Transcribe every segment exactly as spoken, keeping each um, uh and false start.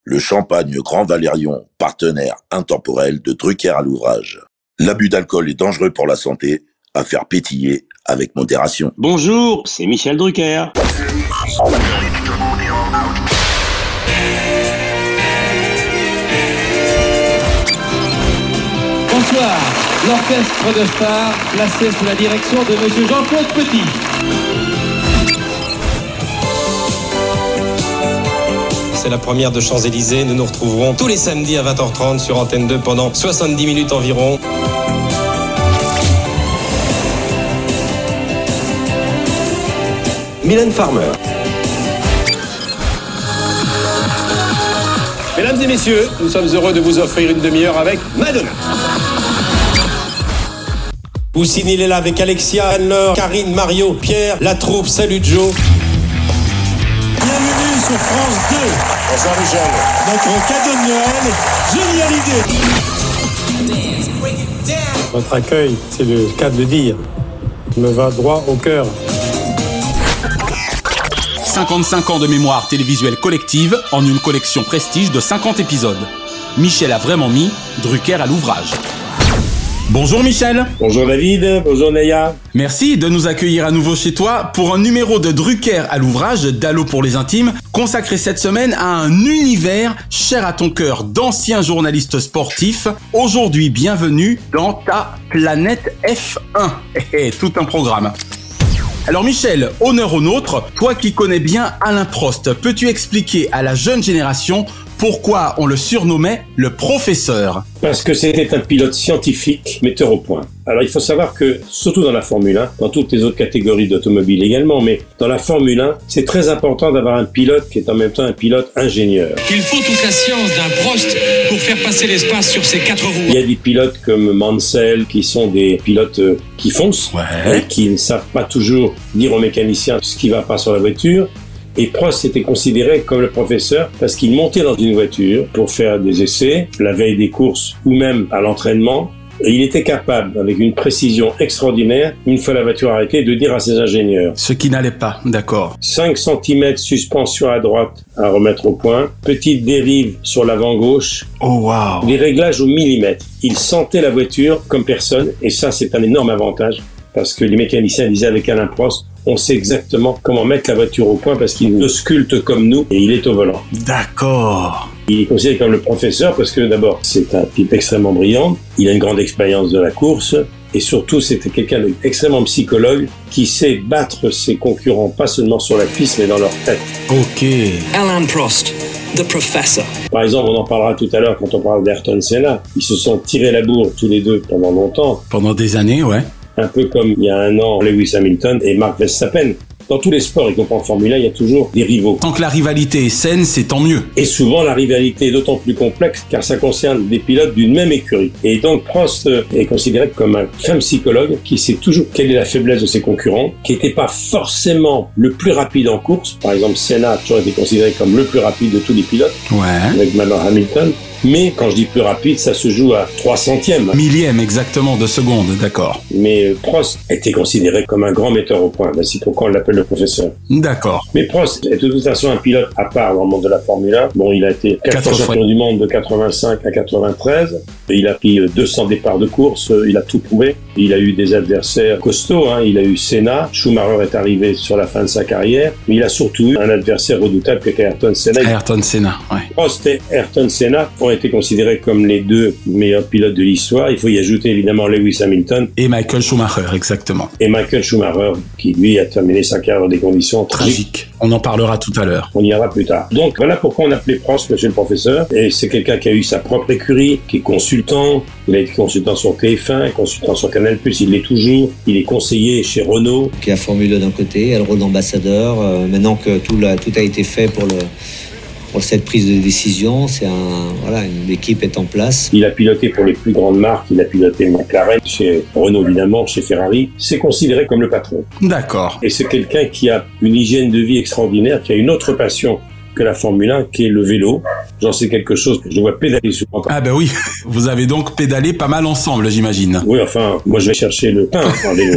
le champagne Grand Valérion, partenaire intemporel de Drucker à l'ouvrage. L'abus d'alcool est dangereux pour la santé, à faire pétiller avec modération. Bonjour, c'est Michel Drucker. Bonsoir, l'orchestre de stars placé sous la direction de Monsieur Jean-Claude Petit. C'est la première de Champs-Élysées. Nous nous retrouverons tous les samedis à vingt heures trente sur Antenne deux pendant soixante-dix minutes environ. Mylène Farmer. Mesdames et messieurs, nous sommes heureux de vous offrir une demi-heure avec Madonna. Poussine, il est là avec Alexia, Anne-Laure, Karine, Mario, Pierre, la troupe, salut Joe. Bienvenue sur France deux. Bonsoir Michel. Notre cadeau de Noël, génial idée. Votre accueil, c'est le cas de le dire, me va droit au cœur. cinquante-cinq ans de mémoire télévisuelle collective en une collection prestige de cinquante épisodes. Michel a vraiment mis Drucker à l'ouvrage. Bonjour Michel. Bonjour David, bonjour Neya. Merci de nous accueillir à nouveau chez toi pour un numéro de Drucker à l'ouvrage d'Allo pour les intimes, consacré cette semaine à un univers cher à ton cœur d'anciens journalistes sportifs. Aujourd'hui, bienvenue dans ta planète F un. Et tout un programme. Alors Michel, honneur au nôtre, toi qui connais bien Alain Prost, peux-tu expliquer à la jeune génération pourquoi on le surnommait le professeur ? Parce que c'était un pilote scientifique, metteur au point. Alors il faut savoir que, surtout dans la Formule un, dans toutes les autres catégories d'automobile également, mais dans la Formule un, c'est très important d'avoir un pilote qui est en même temps un pilote ingénieur. Il faut toute la science d'un Prost pour faire passer l'espace sur ses quatre roues. Il y a des pilotes comme Mansell qui sont des pilotes qui foncent, ouais. et qui ne savent pas toujours dire aux mécaniciens ce qui va pas sur la voiture. Et Prost était considéré comme le professeur parce qu'il montait dans une voiture pour faire des essais, la veille des courses ou même à l'entraînement. Et il était capable, avec une précision extraordinaire, une fois la voiture arrêtée, de dire à ses ingénieurs. Ce qui n'allait pas, d'accord. cinq centimètres suspension à droite à remettre au point, petite dérive sur l'avant gauche. Oh wow. Des réglages au millimètre. Il sentait la voiture comme personne et ça c'est un énorme avantage parce que les mécaniciens disaient avec Alain Prost, on sait exactement comment mettre la voiture au point parce qu'il nous sculpte comme nous et il est au volant. D'accord. Il est considéré comme le professeur parce que d'abord, c'est un type extrêmement brillant, il a une grande expérience de la course et surtout, c'était quelqu'un d'extrêmement psychologue qui sait battre ses concurrents pas seulement sur la piste mais dans leur tête. Ok. Alain Prost, the professor. Par exemple, on en parlera tout à l'heure quand on parle d'Ayrton Senna. Ils se sont tirés la bourre tous les deux pendant longtemps. Pendant des années, ouais. Un peu comme il y a un an, Lewis Hamilton et Mark Verstappen. Dans tous les sports, y compris en Formule un, il y a toujours des rivaux. Tant que la rivalité est saine, c'est tant mieux. Et souvent, la rivalité est d'autant plus complexe car ça concerne des pilotes d'une même écurie. Et donc, Prost est considéré comme un fin psychologue qui sait toujours quelle est la faiblesse de ses concurrents, qui n'était pas forcément le plus rapide en course. Par exemple, Senna a toujours été considéré comme le plus rapide de tous les pilotes, ouais. avec maintenant Hamilton. Mais quand je dis plus rapide, ça se joue à trois centièmes. Millième exactement de seconde, d'accord. Mais Prost était considéré comme un grand metteur au point. Ben, c'est pourquoi on l'appelle le professeur. D'accord. Mais Prost est de toute façon un pilote à part dans le monde de la Formule un. Bon, il a été quatre fois champion du monde de quatre-vingt-cinq à quatre-vingt-treize. Il a pris deux cents départs de course. Il a tout prouvé. Il a eu des adversaires costauds. Hein. Il a eu Senna. Schumacher est arrivé sur la fin de sa carrière. Mais il a surtout eu un adversaire redoutable que Ayrton Senna. Ayrton Senna, ouais. Prost et Ayrton Senna ont été considérés comme les deux meilleurs pilotes de l'histoire. Il faut y ajouter évidemment Lewis Hamilton. Et Michael Schumacher, exactement. Et Michael Schumacher, qui lui a terminé sa carrière dans des conditions tragiques. Tragique. On en parlera tout à l'heure. On y ira plus tard. Donc voilà pourquoi on appelait Prost Monsieur le Professeur. Et c'est quelqu'un qui a eu sa propre écurie, qui est consultant. Il a été consultant sur T F un, consultant sur Canal plus, il l'est toujours. Il est conseiller chez Renault. Qui a Formule d'un côté, elle a le rôle d'ambassadeur. Euh, maintenant que tout, la, tout a été fait pour le... Pour cette prise de décision, c'est un, voilà, une équipe est en place. Il a piloté pour les plus grandes marques, il a piloté McLaren, chez Renault évidemment, chez Ferrari. C'est considéré comme le patron. D'accord. Et c'est quelqu'un qui a une hygiène de vie extraordinaire, qui a une autre passion que la Formule un, qui est le vélo. J'en sais quelque chose, je vois pédaler souvent. Ah ben oui, vous avez donc pédalé pas mal ensemble, j'imagine. Oui, enfin, moi je vais chercher le pain en vélo.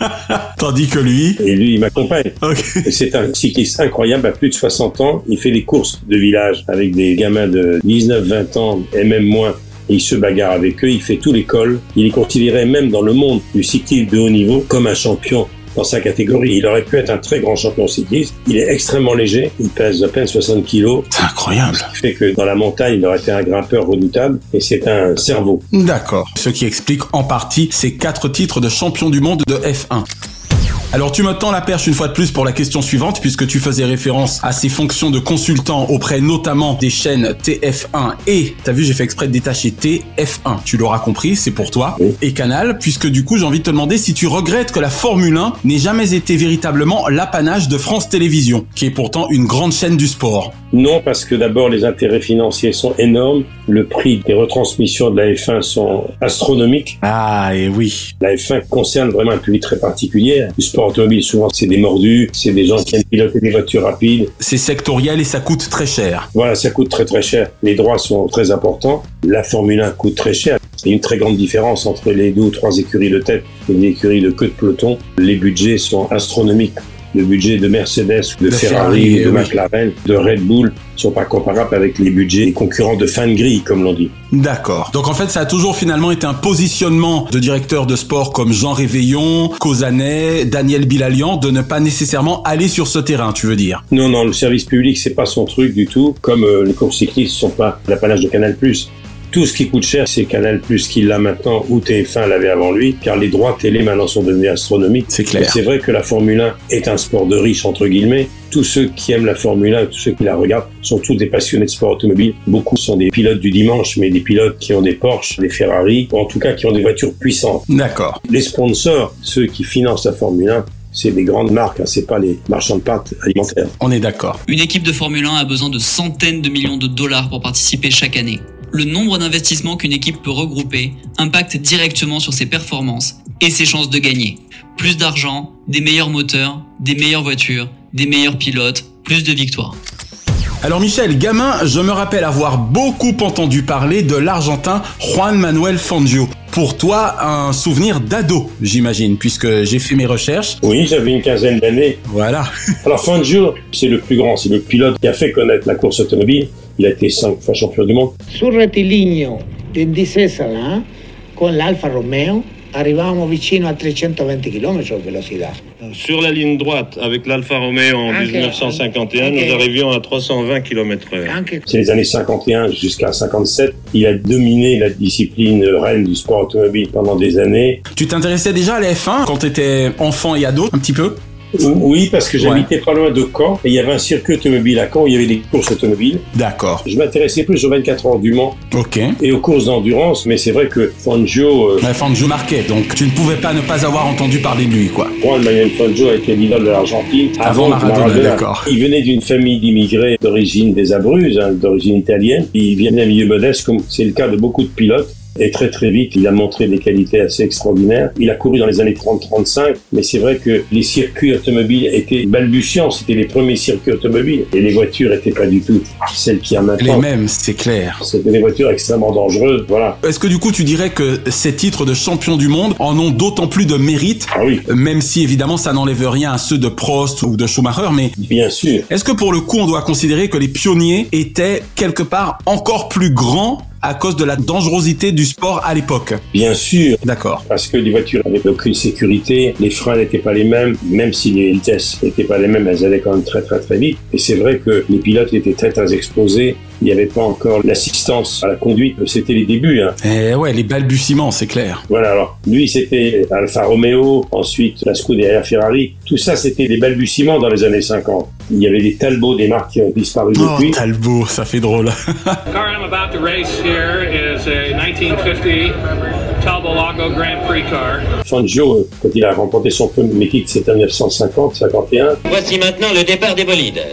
Tandis que lui... Et lui, il m'accompagne. Okay. C'est un cycliste incroyable, à plus de soixante ans. Il fait des courses de village avec des gamins de dix-neuf vingt ans et même moins. Il se bagarre avec eux, il fait tous les cols. Il est considéré même dans le monde du cyclisme de haut niveau comme un champion dans sa catégorie. Il aurait pu être un très grand champion cycliste. Il est extrêmement léger, il pèse à peine soixante kilos. C'est incroyable. Ce qui fait que dans la montagne, il aurait été un grimpeur redoutable et c'est un cerveau. D'accord. Ce qui explique en partie ces quatre titres de champion du monde de F un. Alors tu me tends la perche une fois de plus pour la question suivante, puisque tu faisais référence à ses fonctions de consultant auprès notamment des chaînes T F un et, t'as vu, j'ai fait exprès de détacher T F un, tu l'auras compris, c'est pour toi, oui. Et Canal, puisque du coup j'ai envie de te demander si tu regrettes que la Formule un n'ait jamais été véritablement l'apanage de France Télévisions, qui est pourtant une grande chaîne du sport. Non, parce que d'abord les intérêts financiers sont énormes, le prix des retransmissions de la F un sont astronomiques. Ah, et oui. La F un concerne vraiment un public très particulier, du sport automobile, souvent c'est des mordus, c'est des gens qui aiment piloter des voitures rapides. C'est sectoriel et ça coûte très cher. Voilà, ça coûte très très cher. Les droits sont très importants. La Formule un coûte très cher. Il y a une très grande différence entre les deux ou trois écuries de tête et les écuries de queue de peloton. Les budgets sont astronomiques. Le budget de Mercedes, de, de Ferrari, Ferrari, de oui. McLaren, de Red Bull ne sont pas comparables avec les budgets des concurrents de fin de grille, comme l'on dit. D'accord. Donc en fait, ça a toujours finalement été un positionnement de directeurs de sport comme Jean Réveillon, Cosanet, Daniel Bilalian, de ne pas nécessairement aller sur ce terrain, tu veux dire? Non, non, le service public, c'est pas son truc du tout, comme euh, les courses cyclistes ne sont pas l'apanage de Canal plus. Tout ce qui coûte cher, c'est Canal plus qui l'a maintenant, ou T F un l'avait avant lui, car les droits télé maintenant sont devenus astronomiques. C'est clair. Et c'est vrai que la Formule un est un sport de riches, entre guillemets. Tous ceux qui aiment la Formule un, tous ceux qui la regardent, sont tous des passionnés de sport automobile. Beaucoup sont des pilotes du dimanche, mais des pilotes qui ont des Porsche, des Ferrari, ou en tout cas qui ont des voitures puissantes. D'accord. Les sponsors, ceux qui financent la Formule un, c'est des grandes marques, hein, c'est pas les marchands de pâtes alimentaires. On est d'accord. Une équipe de Formule un a besoin de centaines de millions de dollars pour participer chaque année. Le nombre d'investissements qu'une équipe peut regrouper impacte directement sur ses performances et ses chances de gagner. Plus d'argent, des meilleurs moteurs, des meilleures voitures, des meilleurs pilotes, plus de victoires. Alors Michel, gamin, je me rappelle avoir beaucoup entendu parler de l'Argentin Juan Manuel Fangio. Pour toi, un souvenir d'ado, j'imagine, puisque j'ai fait mes recherches. Oui, j'avais une quinzaine d'années. Voilà. Alors Fangio, c'est le plus grand, c'est le pilote qui a fait connaître la course automobile. Il a été cinq fois champion du monde. Sul rettilineo di Cesala, con l'Alfa Romeo, arrivavamo vicino a trecentoventi chilometri di velocità. Sur la ligne droite, avec l'Alfa Romeo en anche, dix-neuf cent cinquante et un, anche, nous arrivions à trois cent vingt kilomètres heure. C'est les années cinquante et un jusqu'à cinquante-sept. Il a dominé la discipline reine du sport automobile pendant des années. Tu t'intéressais déjà à la F un quand tu étais enfant et ado, un petit peu? Oui, parce que j'habitais ouais. pas loin de Caen et il y avait un circuit automobile à Caen où il y avait des courses automobiles. D'accord. Je m'intéressais plus aux vingt-quatre heures du Mans. Ok. Et aux courses d'endurance, mais c'est vrai que Fangio... Euh... Ouais, Fangio marquait, donc tu ne pouvais pas ne pas avoir entendu parler de lui, quoi. Juan Manuel Fangio a été l'idole de l'Argentine avant, avant Maradona, Maradona. D'accord. Il venait d'une famille d'immigrés d'origine des Abruzzes, hein, d'origine italienne. Il vient d'un milieu modeste, comme c'est le cas de beaucoup de pilotes. Et très très vite, il a montré des qualités assez extraordinaires. Il a couru dans les années trente trente-cinq, mais c'est vrai que les circuits automobiles étaient balbutiants. C'était les premiers circuits automobiles. Et les voitures n'étaient pas du tout celles qu'il y a maintenant. Les mêmes, c'est clair. C'était des voitures extrêmement dangereuses, voilà. Est-ce que du coup, tu dirais que ces titres de champion du monde en ont d'autant plus de mérite? Ah oui. Même si évidemment, ça n'enlève rien à ceux de Prost ou de Schumacher, mais... Bien sûr. Est-ce que pour le coup, on doit considérer que les pionniers étaient quelque part encore plus grands à cause de la dangerosité du sport à l'époque? Bien sûr. D'accord. Parce que les voitures n'avaient aucune sécurité, les freins n'étaient pas les mêmes, même si les vitesses n'étaient pas les mêmes, elles allaient quand même très très très vite. Et c'est vrai que les pilotes étaient très très exposés. Il n'y avait pas encore l'assistance à la conduite, c'était les débuts. Hein. Eh ouais, les balbutiements, c'est clair. Voilà, alors lui c'était Alfa Romeo, ensuite la Scuderia Ferrari. Tout ça c'était des balbutiements dans les années cinquante. Il y avait des Talbot, des marques qui ont disparu oh, depuis. Talbot, ça fait drôle. car I'm about to race here is a nineteen fifty Talbot Lago Grand Prix car. Fangio, quand il a remporté son premier titre, c'était en mille neuf cent cinquante cinquante et un. Voici maintenant le départ des bolides.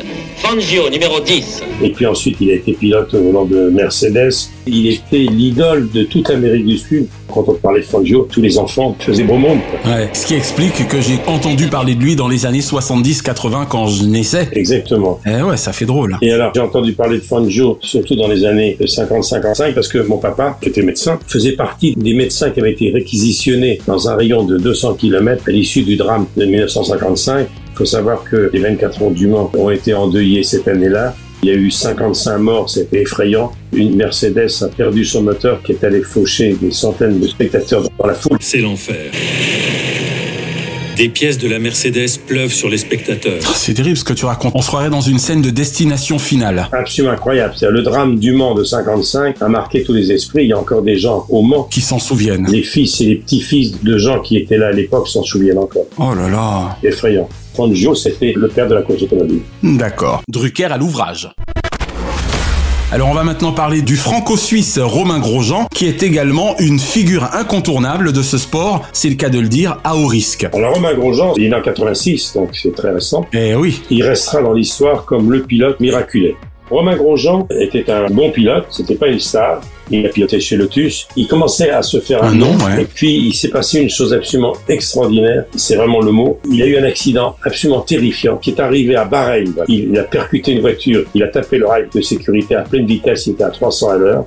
Fangio, numéro dix. Et puis ensuite, il a été pilote au volant de Mercedes. Il était l'idole de toute l'Amérique du Sud. Quand on parlait de Fangio, tous les enfants faisaient beau monde. Ouais, ce qui explique que j'ai entendu parler de lui dans les années soixante-dix quatre-vingts quand je naissais. Exactement. Eh ouais, ça fait drôle. Et alors, j'ai entendu parler de Fangio, surtout dans les années cinquante cinquante-cinq, parce que mon papa, qui était médecin, faisait partie des médecins qui avaient été réquisitionnés dans un rayon de deux cents kilomètres à l'issue du drame de dix-neuf cent cinquante-cinq. Il faut savoir que les vingt-quatre heures du Mans ont été endeuillés cette année-là. Il y a eu cinquante-cinq morts, c'était effrayant. Une Mercedes a perdu son moteur qui est allé faucher des centaines de spectateurs dans la foule. C'est l'enfer. Des pièces de la Mercedes pleuvent sur les spectateurs. C'est terrible ce que tu racontes. On se croirait dans une scène de Destination Finale. Absolument incroyable. C'est le drame du Mans de cinquante-cinq a marqué tous les esprits. Il y a encore des gens au Mans qui s'en souviennent. Les fils et les petits-fils de gens qui étaient là à l'époque s'en souviennent encore. Oh là là. Effrayant. Fangio, c'était le père de la course automobile. D'accord. Drucker à l'ouvrage. Alors on va maintenant parler du franco-suisse Romain Grosjean, qui est également une figure incontournable de ce sport, c'est le cas de le dire, à haut risque. Alors Romain Grosjean, il est né en quatre-vingt-six, donc c'est très récent. Eh oui. Il restera dans l'histoire comme le pilote miraculé. Romain Grosjean était un bon pilote, c'était pas une star. Il a piloté chez Lotus. Il commençait à se faire un, un nom. Ouais. Et puis, il s'est passé une chose absolument extraordinaire. C'est vraiment le mot. Il a eu un accident absolument terrifiant qui est arrivé à Bahreïn. Il a percuté une voiture. Il a tapé le rail de sécurité à pleine vitesse. Il était à trois cents à l'heure.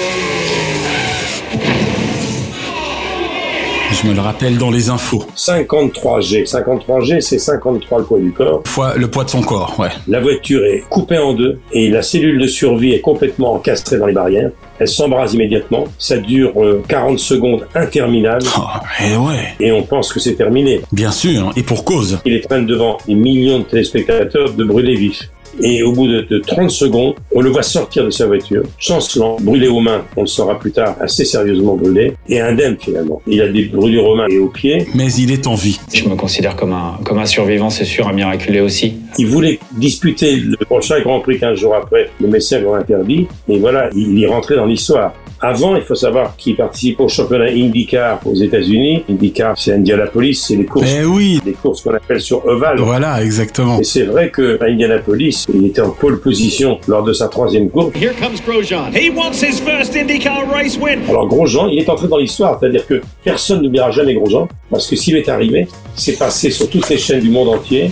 Je me le rappelle dans les infos. cinquante-trois G. cinquante-trois G, c'est cinquante-trois le poids du corps. Fois le poids de son corps, ouais. La voiture est coupée en deux et la cellule de survie est complètement encastrée dans les barrières. Elle s'embrase immédiatement. Ça dure euh, quarante secondes interminables. Oh, et ouais. Et on pense que c'est terminé. Bien sûr, et pour cause. Il est en train devant des millions de téléspectateurs de brûler vif. Et au bout de, de trente secondes, on le voit sortir de sa voiture, chancelant, brûlé aux mains, on le saura plus tard, assez sérieusement brûlé, et indemne finalement. Il a des brûlures aux mains et aux pieds. Mais il est en vie. Je me considère comme un, comme un survivant, c'est sûr, un miraculé aussi. Il voulait disputer le prochain Grand Prix quinze jours après, le médecins l'ont interdit, et voilà, il est rentré dans l'histoire. Avant, il faut savoir qu'il participe au championnat IndyCar aux États-Unis. IndyCar, c'est Indianapolis, c'est les courses, eh oui. les courses qu'on appelle sur ovale. Voilà, exactement. Et c'est vrai que à Indianapolis, il était en pole position lors de sa troisième course. Here comes Grosjean. He wants his first IndyCar race win. Alors Grosjean, il est entré dans l'histoire, c'est-à-dire que personne n'oubliera jamais Grosjean, parce que s'il est arrivé, c'est passé sur toutes les chaînes du monde entier.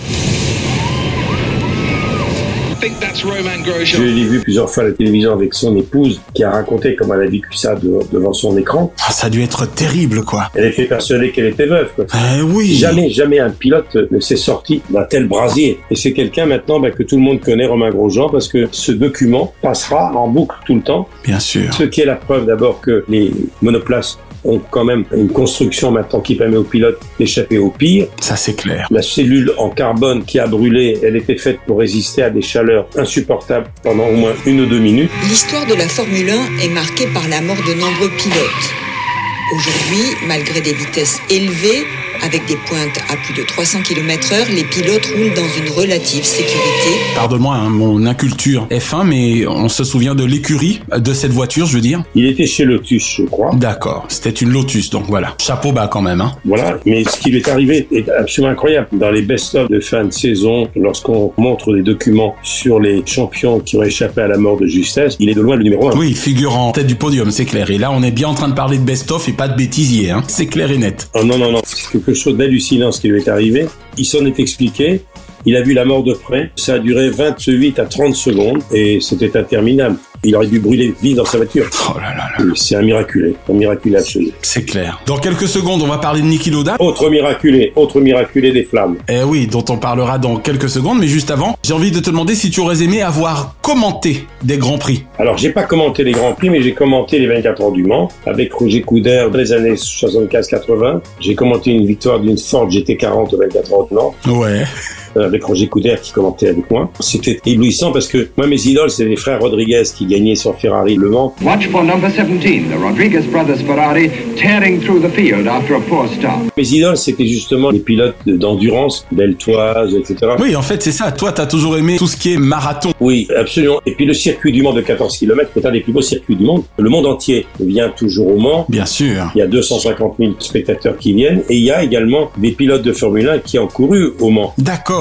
Je l'ai vu plusieurs fois à la télévision avec son épouse qui a raconté comment elle a vécu ça de, devant son écran. Ah, ça a dû être terrible, quoi. Elle était persuadée qu'elle était veuve, quoi. Eh oui. Jamais, jamais un pilote ne s'est sorti d'un tel brasier. Et c'est quelqu'un maintenant bah, que tout le monde connaît, Romain Grosjean, parce que ce document passera en boucle tout le temps. Bien sûr. Ce qui est la preuve d'abord que les monoplaces ont quand même une construction maintenant qui permet aux pilotes d'échapper au pire. Ça, c'est clair. La cellule en carbone qui a brûlé, elle était faite pour résister à des chaleurs insupportables pendant au moins une ou deux minutes. L'histoire de la Formule un est marquée par la mort de nombreux pilotes. Aujourd'hui, malgré des vitesses élevées, avec des pointes à plus de trois cents kilomètres heure, les pilotes roulent dans une relative sécurité. Pardonne-moi hein, mon inculture F un, mais on se souvient de l'écurie de cette voiture, je veux dire. Il était chez Lotus, je crois. D'accord, c'était une Lotus, donc voilà. Chapeau bas quand même. Hein. Voilà, mais ce qui lui est arrivé est absolument incroyable. Dans les best-of de fin de saison, lorsqu'on montre des documents sur les champions qui ont échappé à la mort de justesse, il est de loin le numéro un. Oui, figurant en tête du podium, c'est clair. Et là, on est bien en train de parler de best-of et pas de bêtisier, hein. C'est clair et net. Oh non, non, non, c'est quelque chose d'hallucinant ce qui lui est arrivé. Il s'en est expliqué. Il a vu la mort de près. Ça a duré vingt-huit à trente secondes et c'était interminable. Il aurait dû brûler vif dans sa voiture. Oh là là là. C'est un miraculé, un miraculé absolu. C'est clair. Dans quelques secondes, on va parler de Niki Lauda. Autre miraculé, autre miraculé des flammes. Eh oui, dont on parlera dans quelques secondes, mais juste avant, j'ai envie de te demander si tu aurais aimé avoir commenté des Grands Prix. Alors, j'ai pas commenté les Grands Prix, mais j'ai commenté les vingt-quatre heures du Mans avec Roger Coudert dans les années soixante-quinze quatre-vingts. J'ai commenté une victoire d'une Ford G T quarante aux vingt-quatre heures du Mans. Ouais. Avec Roger Coudert qui commentait avec moi. C'était éblouissant parce que moi, mes idoles, c'est les frères Rodriguez qui gagnaient sur Ferrari Le Mans. Watch for number seventeen, the Rodriguez brothers Ferrari, tearing through the field after a poor start. Mes idoles, c'était justement les pilotes d'endurance, Beltoise, et cetera. Oui, en fait, c'est ça. Toi, t'as toujours aimé tout ce qui est marathon. Oui, absolument. Et puis le circuit du Mans de quatorze kilomètres est un des plus beaux circuits du monde. Le monde entier vient toujours au Mans. Bien sûr. Il y a deux cent cinquante mille spectateurs qui viennent. Et il y a également des pilotes de Formule un qui ont couru au Mans. D'accord.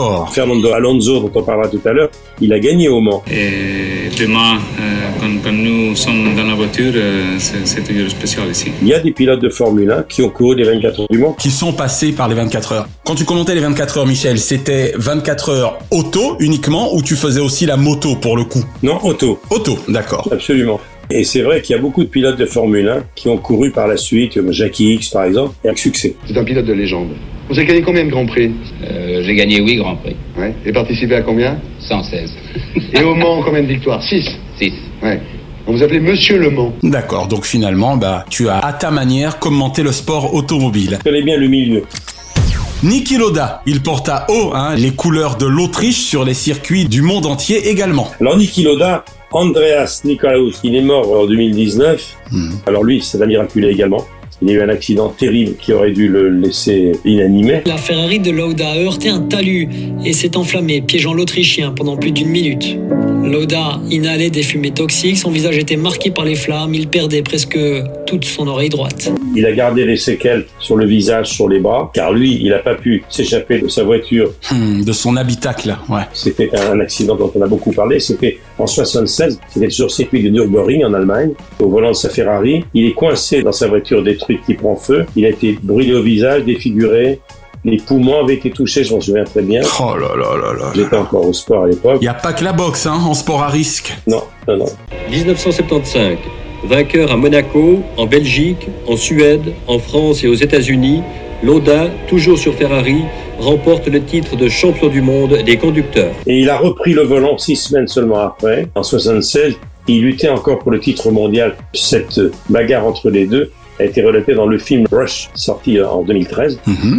D'accord. Fernando Alonso, dont on parlera tout à l'heure, il a gagné au Mans. Et demain, euh, quand, quand nous sommes dans la voiture, euh, c'est, c'est toujours spécial ici. Il y a des pilotes de Formule un qui ont couru les vingt-quatre heures du Mans. Qui sont passés par les vingt-quatre heures. Quand tu commentais les vingt-quatre heures, Michel, c'était vingt-quatre heures auto uniquement ou tu faisais aussi la moto pour le coup? Non, auto. Auto, d'accord. Absolument. Et c'est vrai qu'il y a beaucoup de pilotes de Formule un qui ont couru par la suite, comme Jackie Hicks par exemple, et avec succès. C'est un pilote de légende. Vous avez gagné combien de Grands Prix? euh, J'ai gagné huit Grands Prix. Ouais. Et participé à combien? cent seize. Et au Mans, combien de victoires? six. six. Ouais. On vous appelait Monsieur Le Mans. D'accord, donc finalement, bah, tu as à ta manière commenté le sport automobile. Je connais bien le milieu. Niki Lauda, il porte à haut hein, les couleurs de l'Autriche sur les circuits du monde entier également. Alors Niki Lauda, Andreas Nikolaus, il est mort en deux mille dix-neuf. Mmh. Alors lui, c'est un miraculé également. Il y a eu un accident terrible qui aurait dû le laisser inanimé. La Ferrari de Lauda a heurté un talus et s'est enflammée, piégeant l'Autrichien pendant plus d'une minute. Lauda inhalait des fumées toxiques, son visage était marqué par les flammes, il perdait presque toute son oreille droite. Il a gardé les séquelles sur le visage, sur les bras, car lui, il n'a pas pu s'échapper de sa voiture. Hum, de son habitacle, ouais. C'était un accident dont on a beaucoup parlé, c'était en soixante-seize, c'était sur le circuit de Nürburgring en Allemagne, au volant de sa Ferrari. Il est coincé dans sa voiture détruite qui prend feu, il a été brûlé au visage, défiguré. Les poumons avaient été touchés, je m'en souviens très bien. Oh là là là là. J'étais encore au sport à l'époque. Il n'y a pas que la boxe, hein, en sport à risque. Non, non, non. dix-neuf cent soixante-quinze, vainqueur à Monaco, en Belgique, en Suède, en France et aux États-Unis, Lauda, toujours sur Ferrari, remporte le titre de champion du monde des conducteurs. Et il a repris le volant six semaines seulement après, en soixante-seize. Il luttait encore pour le titre mondial. Cette bagarre entre les deux a été relatée dans le film Rush, sorti en deux mille treize. Mmh.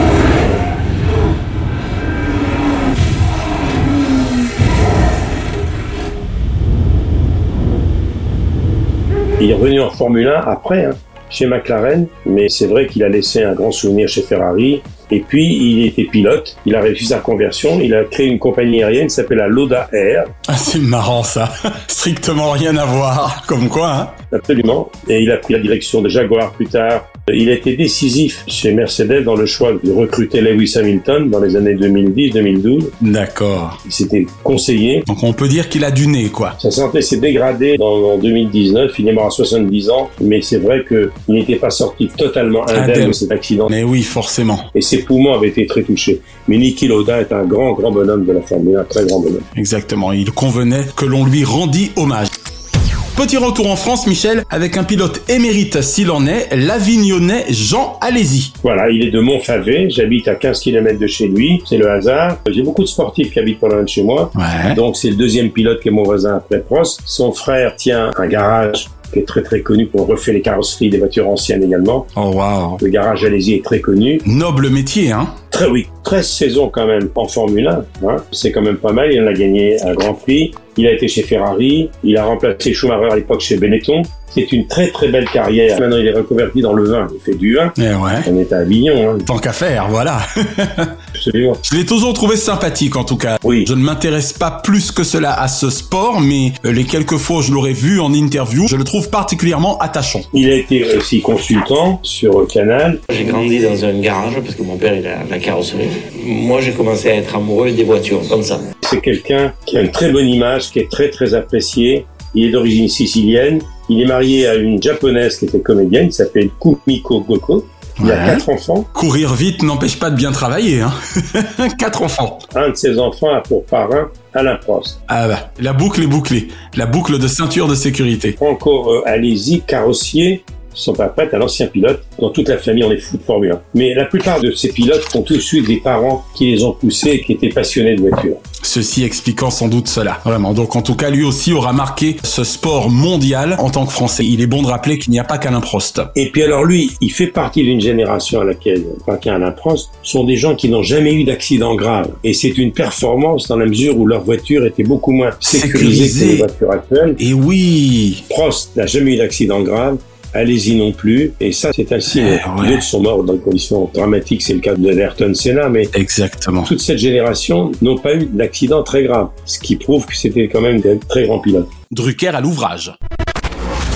Il est revenu en Formule un après, hein, chez McLaren, mais c'est vrai qu'il a laissé un grand souvenir chez Ferrari. Et puis, il était pilote, il a réussi sa conversion, il a créé une compagnie aérienne qui s'appelle la Lauda Air. Ah, c'est marrant ça, strictement rien à voir, comme quoi, hein. Absolument, et il a pris la direction de Jaguar plus tard. Il a été décisif chez Mercedes dans le choix de recruter Lewis Hamilton dans les années deux mille dix deux mille douze. D'accord. Il s'était conseillé. Donc on peut dire qu'il a du nez, quoi. Sa santé s'est dégradée dans, en deux mille dix-neuf, il est mort à soixante-dix ans, mais c'est vrai qu'il n'était pas sorti totalement indemne de cet accident. Mais oui, forcément. Et ses poumons avaient été très touchés. Mais Niki Lauda est un grand, grand bonhomme de la Formule un, un très grand bonhomme. Exactement, il convenait que l'on lui rendît hommage. Petit retour en France, Michel, avec un pilote émérite s'il en est, l'Avignonnais Jean Alesi. Voilà, il est de Montfavet, j'habite à quinze kilomètres de chez lui, c'est le hasard. J'ai beaucoup de sportifs qui habitent pas loin de chez moi, ouais. Donc c'est le deuxième pilote qui est mon voisin après Prost. Son frère tient un garage qui est très très connu pour refaire les carrosseries des voitures anciennes également. Oh wow. Le garage Alesi est très connu. Noble métier, hein. Très oui, treize saisons quand même en Formule un, hein. C'est quand même pas mal, il en a gagné un Grand Prix. Il a été chez Ferrari, il a remplacé Schumacher à l'époque chez Benetton. C'est une très très belle carrière. Maintenant, il est reconverti dans le vin. Il fait du vin. Eh ouais. On est à Avignon. Hein. Tant qu'à faire, voilà. Absolument. Je l'ai toujours trouvé sympathique, en tout cas. Oui. Je ne m'intéresse pas plus que cela à ce sport, mais les quelques fois où je l'aurais vu en interview, je le trouve particulièrement attachant. Il a été aussi consultant sur Canal. J'ai grandi dans un garage parce que mon père il a la carrosserie. Moi, j'ai commencé à être amoureux des voitures, comme ça. C'est quelqu'un qui a une très bonne image, qui est très très apprécié. Il est d'origine sicilienne. Il est marié à une japonaise qui était comédienne, qui s'appelle Kumiko Goko. Il ouais. a quatre enfants. Courir vite n'empêche pas de bien travailler, hein. Quatre enfants. Un de ses enfants a pour parrain Alain Prost. Ah bah, la boucle est bouclée. La boucle de ceinture de sécurité. Franco euh, Alesi, carrossier. Son papa est un ancien pilote. Dans toute la famille, on est fou de Formule un. Mais la plupart de ces pilotes ont tous eu des parents qui les ont poussés et qui étaient passionnés de voitures. Ceci expliquant sans doute cela. Vraiment. Donc, en tout cas, lui aussi aura marqué ce sport mondial en tant que Français. Il est bon de rappeler qu'il n'y a pas qu'Alain Prost. Et puis alors lui, il fait partie d'une génération à laquelle, pas qu'Alain Prost, sont des gens qui n'ont jamais eu d'accident grave. Et c'est une performance dans la mesure où leur voiture était beaucoup moins sécurisée, sécurisée. que les voitures actuelles. Et oui. Prost n'a jamais eu d'accident grave. Allez-y non plus, et ça c'est un signe. Eh ouais. D'autres sont morts dans des conditions dramatiques, c'est le cas de Ayrton Senna, mais exactement. Toute cette génération n'ont pas eu d'accident très grave, ce qui prouve que c'était quand même des très grands pilotes. Drucker à l'ouvrage.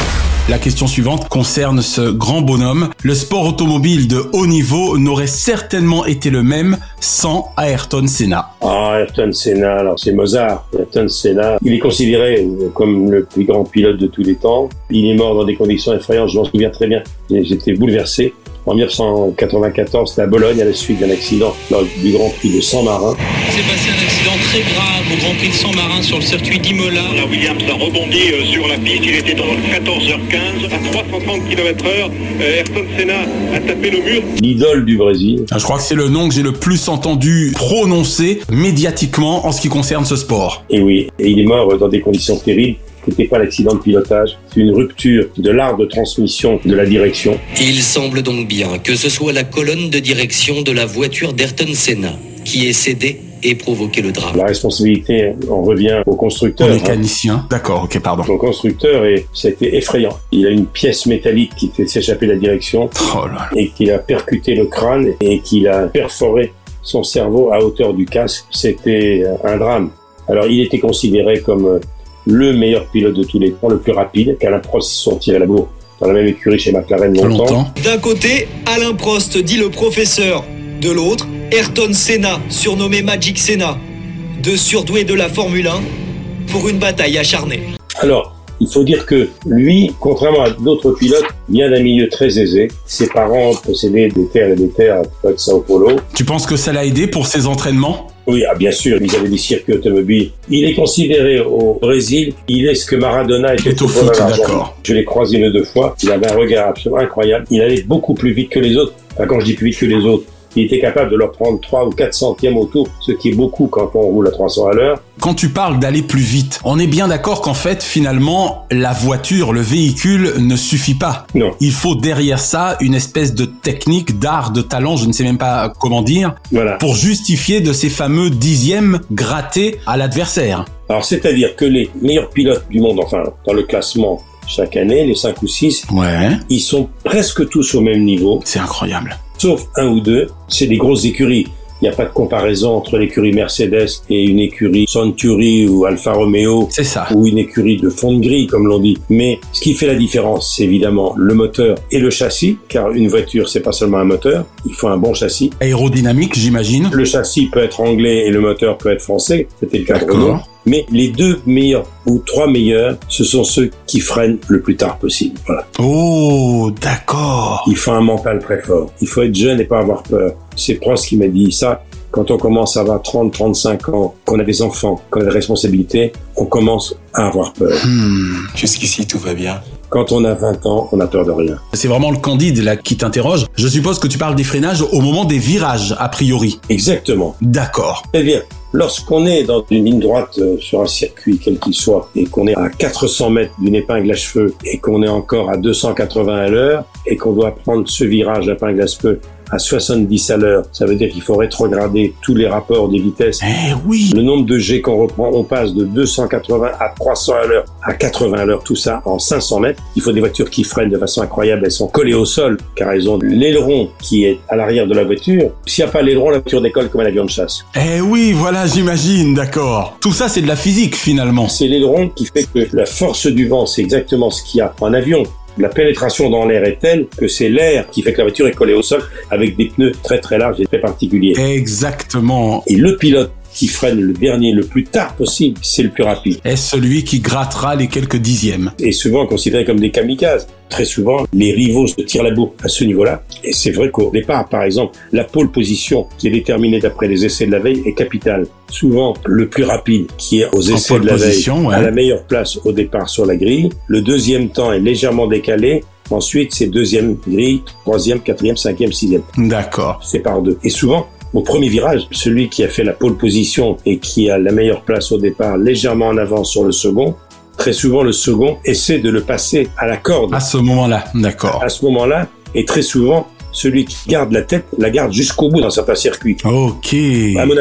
La question suivante concerne ce grand bonhomme. Le sport automobile de haut niveau n'aurait certainement été le même sans Ayrton Senna. Ah, Ayrton Senna, alors c'est Mozart. Ayrton Senna, il est considéré comme le plus grand pilote de tous les temps. Il est mort dans des conditions effrayantes, je m'en souviens très bien. J'étais bouleversé. En dix-neuf cent quatre-vingt-quatorze, c'était à Bologne, à la suite d'un accident lors du Grand Prix de San-Marin. Il s'est passé un accident très grave au Grand Prix de San-Marin sur le circuit d'Imola. La Williams a rebondi sur la piste, il était dans quatorze heures quinze, à trois cent trente kilomètres heure. Ayrton Senna a tapé le mur. L'idole du Brésil. Je crois que c'est le nom que j'ai le plus entendu prononcer médiatiquement en ce qui concerne ce sport. Et oui, et il est mort dans des conditions terribles. C'était pas l'accident de pilotage, c'est une rupture de l'art de transmission de la direction. Il semble donc bien que ce soit la colonne de direction de la voiture d'Ayrton Senna qui ait cédé et provoqué le drame. La responsabilité en revient au constructeur. Au mécanicien. Hein. D'accord, ok, pardon. Au constructeur, et c'était effrayant. Il a une pièce métallique qui fait s'échapper de la direction oh là. et qui a percuté le crâne et qui a perforé son cerveau à hauteur du casque. C'était un drame. Alors, il était considéré comme le meilleur pilote de tous les temps, le plus rapide, qu'Alain Prost se sont tirés la bourre dans la même écurie chez McLaren longtemps. longtemps. D'un côté, Alain Prost dit le professeur. De l'autre, Ayrton Senna, surnommé Magic Senna, deux surdoués de la Formule un, pour une bataille acharnée. Alors, il faut dire que lui, contrairement à d'autres pilotes, vient d'un milieu très aisé. Ses parents possédaient des terres et des terres à Sao Paulo. Tu penses que ça l'a aidé pour ses entraînements ? Oui, ah bien sûr, ils avaient des circuits automobiles. Il est considéré au Brésil, il est ce que Maradona était au foot, d'accord. Je l'ai croisé une ou deux fois, il avait un regard absolument incroyable. Il allait beaucoup plus vite que les autres. Enfin, quand je dis plus vite que les autres, il était capable de leur prendre trois ou quatre centièmes au tour, ce qui est beaucoup quand on roule à trois cents à l'heure. Quand tu parles d'aller plus vite, on est bien d'accord qu'en fait, finalement, la voiture, le véhicule ne suffit pas. Non. Il faut derrière ça une espèce de technique, d'art, de talent, je ne sais même pas comment dire, voilà. Pour justifier de ces fameux dixièmes grattés à l'adversaire. Alors, c'est-à-dire que les meilleurs pilotes du monde, enfin, dans le classement chaque année, les cinq ou six, ouais. Ils sont presque tous au même niveau. C'est incroyable. Sauf un ou deux, c'est des grosses écuries. Il n'y a pas de comparaison entre l'écurie Mercedes et une écurie Century ou Alfa Romeo. C'est ça. Ou une écurie de fond de grille, comme l'on dit. Mais ce qui fait la différence, c'est évidemment le moteur et le châssis, car une voiture, c'est pas seulement un moteur, il faut un bon châssis. Aérodynamique, j'imagine. Le châssis peut être anglais et le moteur peut être français. C'était le cas de Renault. Mais les deux meilleurs ou trois meilleurs, ce sont ceux qui freinent le plus tard possible. Voilà. Oh, d'accord. Il faut un mental très fort. Il faut être jeune et pas avoir peur. C'est Prost qui m'a dit ça. Quand on commence à avoir trente, trente-cinq ans, qu'on a des enfants, qu'on a des responsabilités, on commence à avoir peur. Hmm. Jusqu'ici, tout va bien. Quand on a vingt ans, on a peur de rien. C'est vraiment le Candide là qui t'interroge. Je suppose que tu parles des freinages au moment des virages, a priori. Exactement. D'accord. Eh bien, lorsqu'on est dans une ligne droite euh, sur un circuit quel qu'il soit et qu'on est à quatre cents mètres d'une épingle à cheveux et qu'on est encore à deux cent quatre-vingts à l'heure et qu'on doit prendre ce virage épingle à cheveux à soixante-dix à l'heure, ça veut dire qu'il faut rétrograder tous les rapports des vitesses. Eh oui. Le nombre de G qu'on reprend, on passe de deux cent quatre-vingts à trois cents à l'heure, à quatre-vingts à l'heure, tout ça en cinq cents mètres. Il faut des voitures qui freinent de façon incroyable, elles sont collées au sol, car elles ont l'aileron qui est à l'arrière de la voiture. S'il n'y a pas l'aileron, la voiture décolle comme un avion de chasse. Eh oui, voilà, j'imagine, d'accord. Tout ça, c'est de la physique, finalement. C'est l'aileron qui fait que la force du vent, c'est exactement ce qu'il y a en avion. La pénétration dans l'air est telle que c'est l'air qui fait que la voiture est collée au sol avec des pneus très très larges et très particuliers. Exactement. Et le pilote qui freine le dernier le plus tard possible, c'est le plus rapide. Est celui qui grattera les quelques dixièmes. Et souvent considéré comme des kamikazes. Très souvent, les rivaux se tirent la bourre à ce niveau-là. Et c'est vrai qu'au départ, par exemple, la pole position qui est déterminée d'après les essais de la veille est capitale. Souvent, le plus rapide qui est aux essais de la veille ouais. a la meilleure place au départ sur la grille. Le deuxième temps est légèrement décalé. Ensuite, c'est deuxième grille, troisième, quatrième, cinquième, sixième. D'accord. C'est par deux. Et souvent, au premier virage, celui qui a fait la pole position et qui a la meilleure place au départ légèrement en avance sur le second, très souvent le second essaie de le passer à la corde. À ce moment-là, d'accord. À ce moment-là, et très souvent, celui qui garde la tête, la garde jusqu'au bout dans certains circuits. Ok. À Monaco,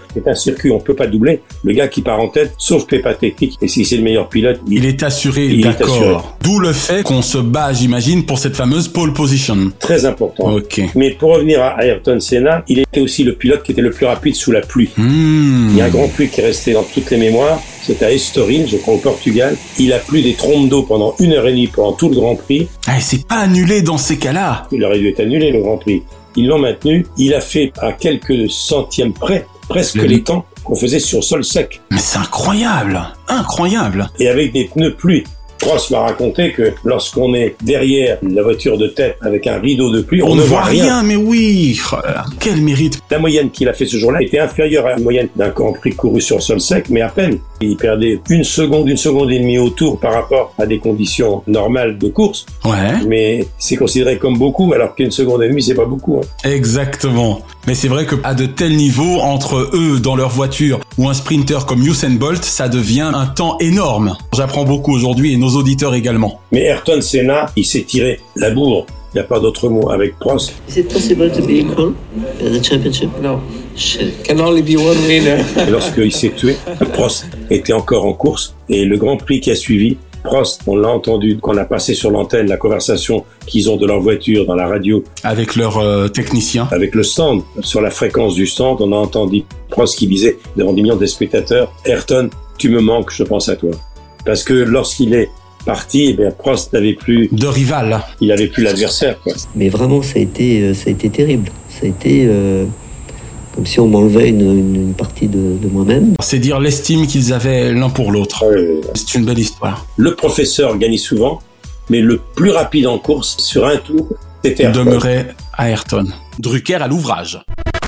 c'est un circuit, on peut pas doubler. Le gars qui part en tête, sauf pépin technique, et si c'est le meilleur pilote, il, il est assuré, il d'accord. Est assuré. D'où le fait qu'on se bat, j'imagine, pour cette fameuse pole position. Très important. Ok. Mais pour revenir à Ayrton Senna, il était aussi le pilote qui était le plus rapide sous la pluie. Mmh. Il y a un Grand Prix qui est resté dans toutes les mémoires, c'était à Estoril, je crois au Portugal. Il a plu des trompes d'eau pendant une heure et demie pendant tout le Grand Prix. Ah, et c'est pas annulé dans ces cas-là. Il aurait dû être annulé le Grand Prix. Ils l'ont maintenu. Il a fait à quelques centièmes près, presque mmh. les temps qu'on faisait sur sol sec. Mais c'est incroyable, incroyable. Et avec des pneus pluie. Prost m'a raconté que lorsqu'on est derrière la voiture de tête avec un rideau de pluie, on, on ne voit, voit rien. rien. Mais oui, oh là là, quel mérite. La moyenne qu'il a fait ce jour-là était inférieure à la moyenne d'un Grand Prix couru sur sol sec, mais à peine. Il perdait une seconde, une seconde et demie au tour par rapport à des conditions normales de course. Ouais. Mais c'est considéré comme beaucoup, alors qu'une seconde et demie, c'est pas beaucoup. Hein. Exactement. Mais c'est vrai qu'à de tels niveaux, entre eux dans leur voiture ou un sprinter comme Usain Bolt, ça devient un temps énorme. J'apprends beaucoup aujourd'hui et nos auditeurs également. Mais Ayrton Senna, il s'est tiré la bourre. Il n'y a pas d'autre mot avec Prost. Is it possible to be equal in the championship? No. Shit. Can only be one winner. Et lorsqu'il s'est tué, Prost était encore en course et le Grand Prix qui a suivi, Prost, on l'a entendu, qu'on a passé sur l'antenne, la conversation qu'ils ont de leur voiture dans la radio. Avec leur euh, technicien. Avec le stand, sur la fréquence du stand, on a entendu Prost qui disait devant des millions de spectateurs, Ayrton, tu me manques, je pense à toi. Parce que lorsqu'il est parti, eh bien, Prost n'avait plus... De rival. Il n'avait plus l'adversaire, quoi. Mais vraiment, ça a été, ça a été terrible. Ça a été... Euh... comme si on m'enlevait une, une, une partie de, de moi-même. C'est dire l'estime qu'ils avaient l'un pour l'autre. Euh, c'est une belle histoire. Le professeur gagnait souvent, mais le plus rapide en course, sur un tour, c'était Ayrton. Demeurait à Ayrton. Drucker à l'ouvrage.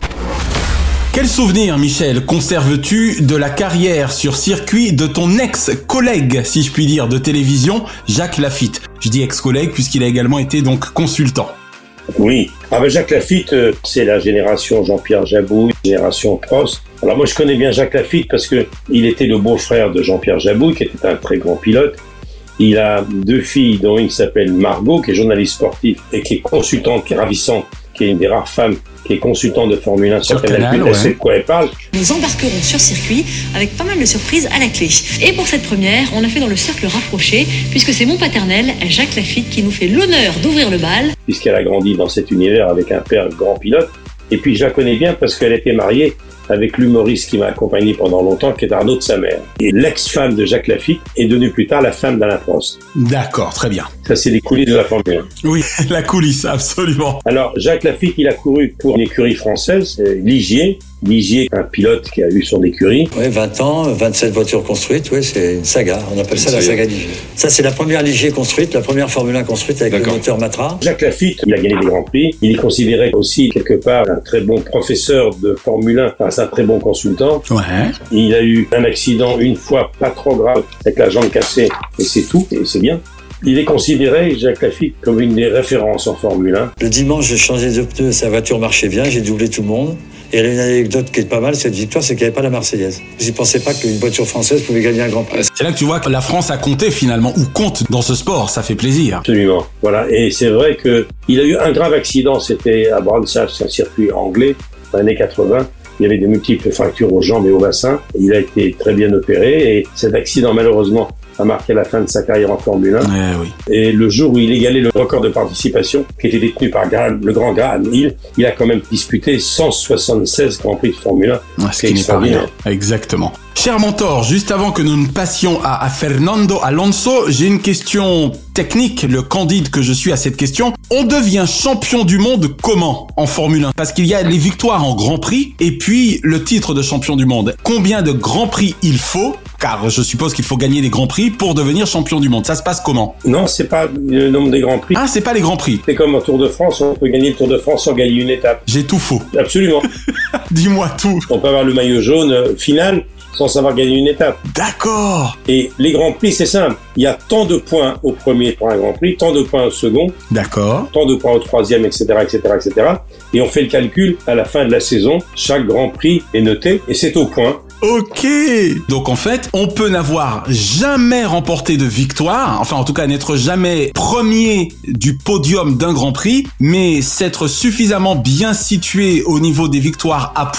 Quel souvenir, Michel, conserves-tu de la carrière sur circuit de ton ex-collègue, si je puis dire, de télévision, Jacques Lafitte? Je dis ex-collègue puisqu'il a également été donc consultant. Oui. Ah ben Jacques Lafitte, euh, c'est la génération Jean-Pierre Jabouille, génération Prost. Alors moi je connais bien Jacques Lafitte parce que il était le beau-frère de Jean-Pierre Jabouille, qui était un très grand pilote. Il a deux filles, dont une qui s'appelle Margot, qui est journaliste sportive et qui est consultante, qui est ravissante, qui est une des rares femmes qui est consultante de Formule un sur Canal+. Elle sait de quoi elle parle. Nous embarquerons sur circuit avec pas mal de surprises à la clé. Et pour cette première, on a fait dans le cercle rapproché, puisque c'est mon paternel, Jacques Lafitte, qui nous fait l'honneur d'ouvrir le bal. Puisqu'elle a grandi dans cet univers avec un père grand pilote. Et puis je la connais bien parce qu'elle était mariée avec l'humoriste qui m'a accompagné pendant longtemps, qui est Arnaud de sa mère. Et l'ex-femme de Jacques Lafitte est devenue plus tard la femme d'Alain Prost. D'accord, très bien. Ça, c'est les coulisses de la Formule un. Oui, la coulisse, absolument. Alors, Jacques Lafitte, il a couru pour une écurie française, Ligier. Ligier, un pilote qui a eu son écurie. Oui, vingt ans, vingt-sept voitures construites, oui, c'est une saga. On appelle ça la saga Ligier. Ça, c'est la première Ligier construite, la première Formule un construite avec le moteur Matra. Jacques Lafitte, il a gagné des Grands Prix. Il est considéré aussi, quelque part, un très bon professeur de Formule un. Enfin, c'est un très bon consultant. Ouais. Il a eu un accident une fois, pas trop grave, avec la jambe cassée, et c'est tout, et c'est bien. Il est considéré, Jacques Lafitte, comme une des références en Formule un. Le dimanche, j'ai changé de pneu, sa voiture marchait bien, j'ai doublé tout le monde. Et il y a une anecdote qui est pas mal, cette victoire, c'est qu'il n'y avait pas la Marseillaise. Je ne pensais pas qu'une voiture française pouvait gagner un Grand Prix. C'est là que tu vois que la France a compté finalement, ou compte dans ce sport, ça fait plaisir. Absolument, voilà. Et c'est vrai qu'il a eu un grave accident, c'était à Branshaw, c'est un circuit anglais, dans les années quatre-vingts. Il y avait de multiples fractures aux jambes et au bassin. Il a été très bien opéré et cet accident, malheureusement, a marqué la fin de sa carrière en Formule un. Ouais, oui. Et le jour où il égalait le record de participation, qui était détenu par Graham, le grand Graham Hill, il a quand même disputé cent soixante-seize Grands Prix de Formule un. Ouais, ce qui n'est pas rien. Exactement. Cher mentor, juste avant que nous ne passions à, à Fernando Alonso, j'ai une question technique, le candide que je suis à cette question. On devient champion du monde comment en Formule un? Parce qu'il y a les victoires en Grand Prix et puis le titre de champion du monde. Combien de Grands Prix il faut? Car je suppose qu'il faut gagner des Grands Prix pour devenir champion du monde. Ça se passe comment? Non, c'est pas le nombre des Grands Prix. Ah, c'est pas les Grands Prix. C'est comme au Tour de France, on peut gagner le Tour de France sans gagner une étape. J'ai tout faux. Absolument. Dis-moi tout. On peut avoir le maillot jaune euh, final sans savoir gagner une étape. D'accord. Et les Grands Prix, c'est simple. Il y a tant de points au premier pour un Grand Prix, tant de points au second. D'accord. Tant de points au troisième, et cetera, et cetera, et cetera. Et on fait le calcul à la fin de la saison. Chaque Grand Prix est noté et c'est au point. Ok. Donc en fait, on peut n'avoir jamais remporté de victoire, enfin en tout cas n'être jamais premier du podium d'un Grand Prix, mais s'être suffisamment bien situé au niveau des victoires à points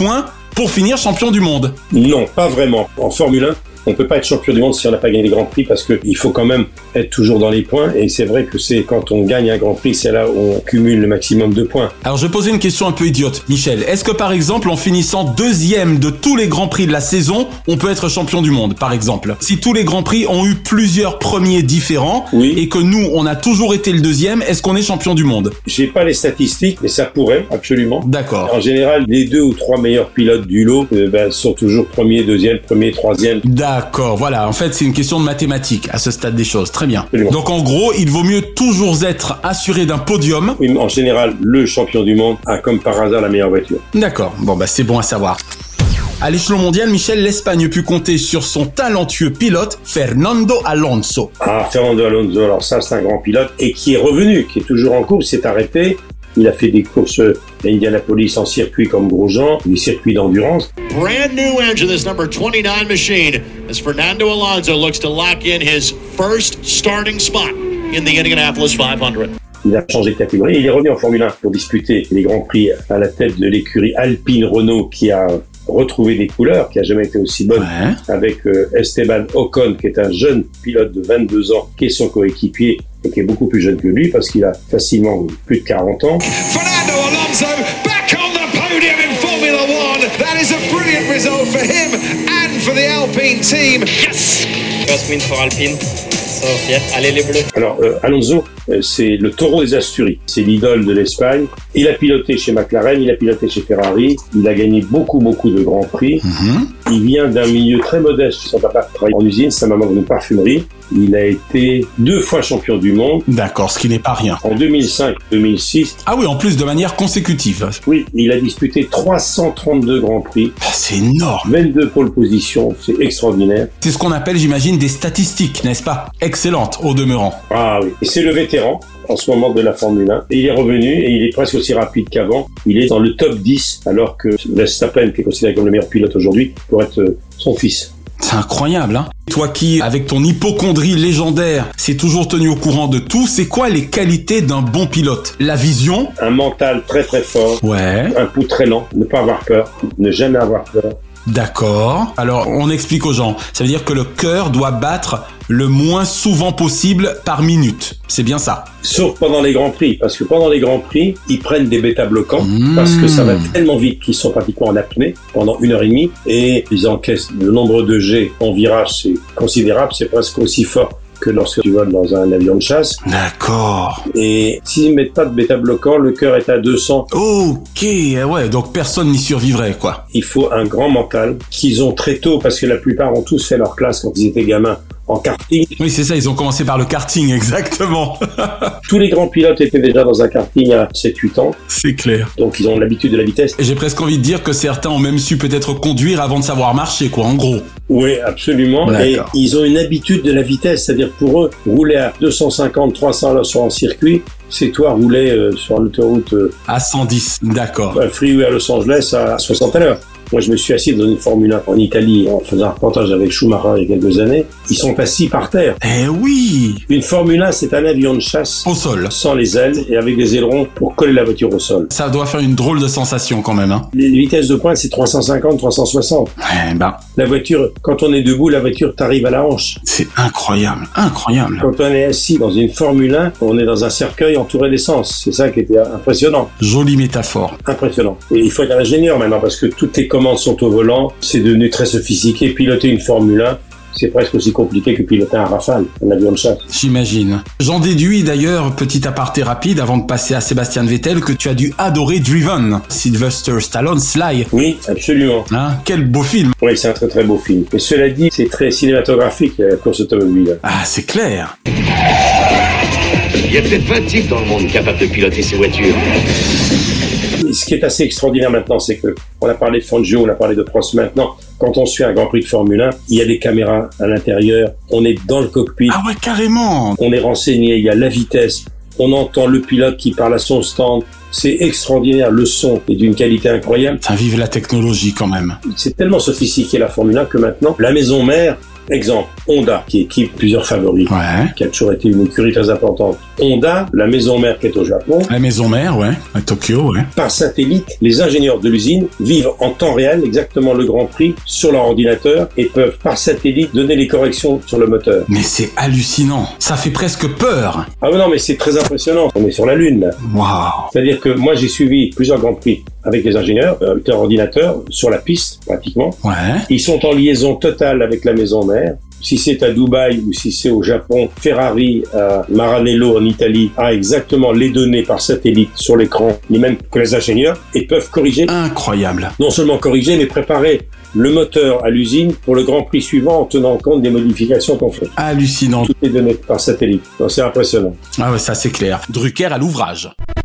pour finir champion du monde. Non, pas vraiment. En Formule un, on peut pas être champion du monde si on n'a pas gagné les Grands Prix parce qu'il faut quand même être toujours dans les points et c'est vrai que c'est quand on gagne un Grand Prix, c'est là où on cumule le maximum de points. Alors je vais poser une question un peu idiote, Michel. Est-ce que par exemple en finissant deuxième de tous les Grands Prix de la saison, on peut être champion du monde par exemple? Si tous les Grands Prix ont eu plusieurs premiers différents oui. et que nous on a toujours été le deuxième, est-ce qu'on est champion du monde? J'ai pas les statistiques mais ça pourrait absolument. D'accord. En général, les deux ou trois meilleurs pilotes du lot euh, ben, sont toujours premier, deuxième, premier, troisième. D'accord, voilà. En fait, c'est une question de mathématiques à ce stade des choses. Très bien. Absolument. Donc, en gros, il vaut mieux toujours être assuré d'un podium. Oui, en général, le champion du monde a comme par hasard la meilleure voiture. D'accord. Bon, bah, c'est bon à savoir. À l'échelon mondial, Michel, l'Espagne put compter sur son talentueux pilote, Fernando Alonso. Ah, Fernando Alonso, alors ça, c'est un grand pilote et qui est revenu, qui est toujours en course, s'est arrêté. Il a fait des courses à Indianapolis en circuit comme Grosjean, des circuits d'endurance. Brand new engine, this number twenty-nine machine, as Fernando Alonso looks to lock in his first starting spot in the Indianapolis five hundred. Il a changé de catégorie et il est revenu en Formule un pour disputer les Grands Prix à la tête de l'écurie Alpine Renault qui a retrouvé des couleurs, qui a jamais été aussi bonne, ouais. avec euh, Esteban Ocon, qui est un jeune pilote de vingt-deux ans, qui est son coéquipier et qui est beaucoup plus jeune que lui parce qu'il a facilement plus de quarante ans. Fernando Alonso back on the podium in Formula One. That is a brilliant result for him and for the Alpine team. Yes! First win for Alpine. So, yeah. Allez les Bleus. Alors euh, Alonso, euh, c'est le taureau des Asturies. C'est l'idole de l'Espagne. Il a piloté chez McLaren, il a piloté chez Ferrari. Il a gagné beaucoup, beaucoup de grands prix. Mm-hmm. Il vient d'un milieu très modeste. Son papa travaille en usine, sa maman dans une parfumerie. Il a été deux fois champion du monde. D'accord, ce qui n'est pas rien. En deux mille cinq, deux mille six. Ah oui, en plus de manière consécutive. Oui, il a disputé trois cent trente-deux grands prix. Ah, c'est énorme. vingt-deux pole positions, c'est extraordinaire. C'est ce qu'on appelle, j'imagine, des statistiques, n'est-ce pas? Excellentes, au demeurant. Ah oui, et c'est le vétéran en ce moment de la Formule un. Et il est revenu et il est presque aussi rapide qu'avant. Il est dans le top dix, alors que Verstappen, qui est considéré comme le meilleur pilote aujourd'hui, pourrait être son fils. C'est incroyable, hein. Toi qui, avec ton hypocondrie légendaire, s'est toujours tenu au courant de tout, c'est quoi les qualités d'un bon pilote? La vision? Un mental très très fort. Ouais. Un pouls très lent. Ne pas avoir peur. Ne jamais avoir peur. D'accord. Alors, on explique aux gens. Ça veut dire que le cœur doit battre le moins souvent possible par minute. C'est bien ça. Sauf pendant les Grands Prix. Parce que pendant les Grands Prix, ils prennent des bêta-bloquants. Mmh. Parce que ça va tellement vite qu'ils sont pratiquement en apnée pendant une heure et demie. Et ils encaissent le nombre de jets en virage, c'est considérable. C'est presque aussi fort que lorsque tu voles dans un avion de chasse. D'accord. Et s'ils mettent pas de bêta-bloquant, le cœur est à deux cents. Ok, ouais, donc personne n'y survivrait, quoi. Il faut un grand mental qu'ils ont très tôt, parce que la plupart ont tous fait leur classe quand ils étaient gamins en karting. Oui, c'est ça, ils ont commencé par le karting, exactement. Tous les grands pilotes étaient déjà dans un karting à sept huit ans. C'est clair. Donc ils ont l'habitude de la vitesse. Et j'ai presque envie de dire que certains ont même su peut-être conduire avant de savoir marcher, quoi, en gros. Oui, absolument. D'accord. Et ils ont une habitude de la vitesse, c'est-à-dire pour eux, rouler à deux cent cinquante, trois cents à l'heure sur un circuit, c'est toi rouler euh, sur l'autoroute... Euh, à cent dix, d'accord. Un freeway à Los Angeles à soixante à l'heure. Moi, je me suis assis dans une Formule un en Italie en faisant un reportage avec Schumacher il y a quelques années. Ils sont assis par terre. Eh oui! Une Formule un, c'est un avion de chasse. Au sol. Sans les ailes et avec des ailerons pour coller la voiture au sol. Ça doit faire une drôle de sensation quand même, hein. Les vitesses de pointe, c'est trois cent cinquante, trois cent soixante. Eh ben. La voiture, quand on est debout, la voiture t'arrive à la hanche. C'est incroyable, incroyable. Quand on est assis dans une Formule un, on est dans un cercueil entouré d'essence. C'est ça qui était impressionnant. Jolie métaphore. Impressionnant. Et il faut être un ingénieur maintenant parce que toutes les commandes sont au volant. C'est devenu très sophistiqué. Piloter une Formule un, c'est presque aussi compliqué que piloter un Rafale, un avion de chasse. J'imagine. J'en déduis d'ailleurs, petit aparté rapide, avant de passer à Sébastien Vettel, que tu as dû adorer Driven, Sylvester Stallone, Sly. Oui, absolument. Hein, quel beau film. Oui, c'est un très très beau film. Mais cela dit, c'est très cinématographique, la course automobile. Ah, c'est clair. Il y a peut-être vingt types dans le monde capables de piloter ces voitures. Ce qui est assez extraordinaire maintenant, c'est que on a parlé de Fangio, on a parlé de Prost. Maintenant, quand on suit un Grand Prix de Formule un, il y a des caméras à l'intérieur, on est dans le cockpit. Ah ouais, carrément. On est renseigné, il y a la vitesse, on entend le pilote qui parle à son stand. C'est extraordinaire, le son est d'une qualité incroyable. Ça vive la technologie quand même. C'est tellement sophistiqué la Formule un que maintenant, la maison mère Exemple, Honda, qui équipe plusieurs favoris, ouais. qui a toujours été une écurie très importante. Honda, la maison mère qui est au Japon. La maison mère, ouais, à Tokyo, ouais. Par satellite, les ingénieurs de l'usine vivent en temps réel exactement le Grand Prix sur leur ordinateur et peuvent par satellite donner les corrections sur le moteur. Mais c'est hallucinant, ça fait presque peur. Ah non, mais c'est très impressionnant, on est sur la Lune là. Waouh. C'est-à-dire que moi j'ai suivi plusieurs Grands Prix avec les ingénieurs, euh, avec leur ordinateur, sur la piste pratiquement. Ouais. Ils sont en liaison totale avec la maison mère. Si c'est à Dubaï ou si c'est au Japon, Ferrari à Maranello en Italie a exactement les données par satellite sur l'écran, les mêmes que les ingénieurs, et peuvent corriger. Incroyable. Non seulement corriger, mais préparer le moteur à l'usine pour le Grand Prix suivant en tenant compte des modifications qu'on fait. Hallucinant. Toutes les données par satellite. Donc c'est impressionnant. Ah ouais, ça c'est clair. Drucker à l'ouvrage.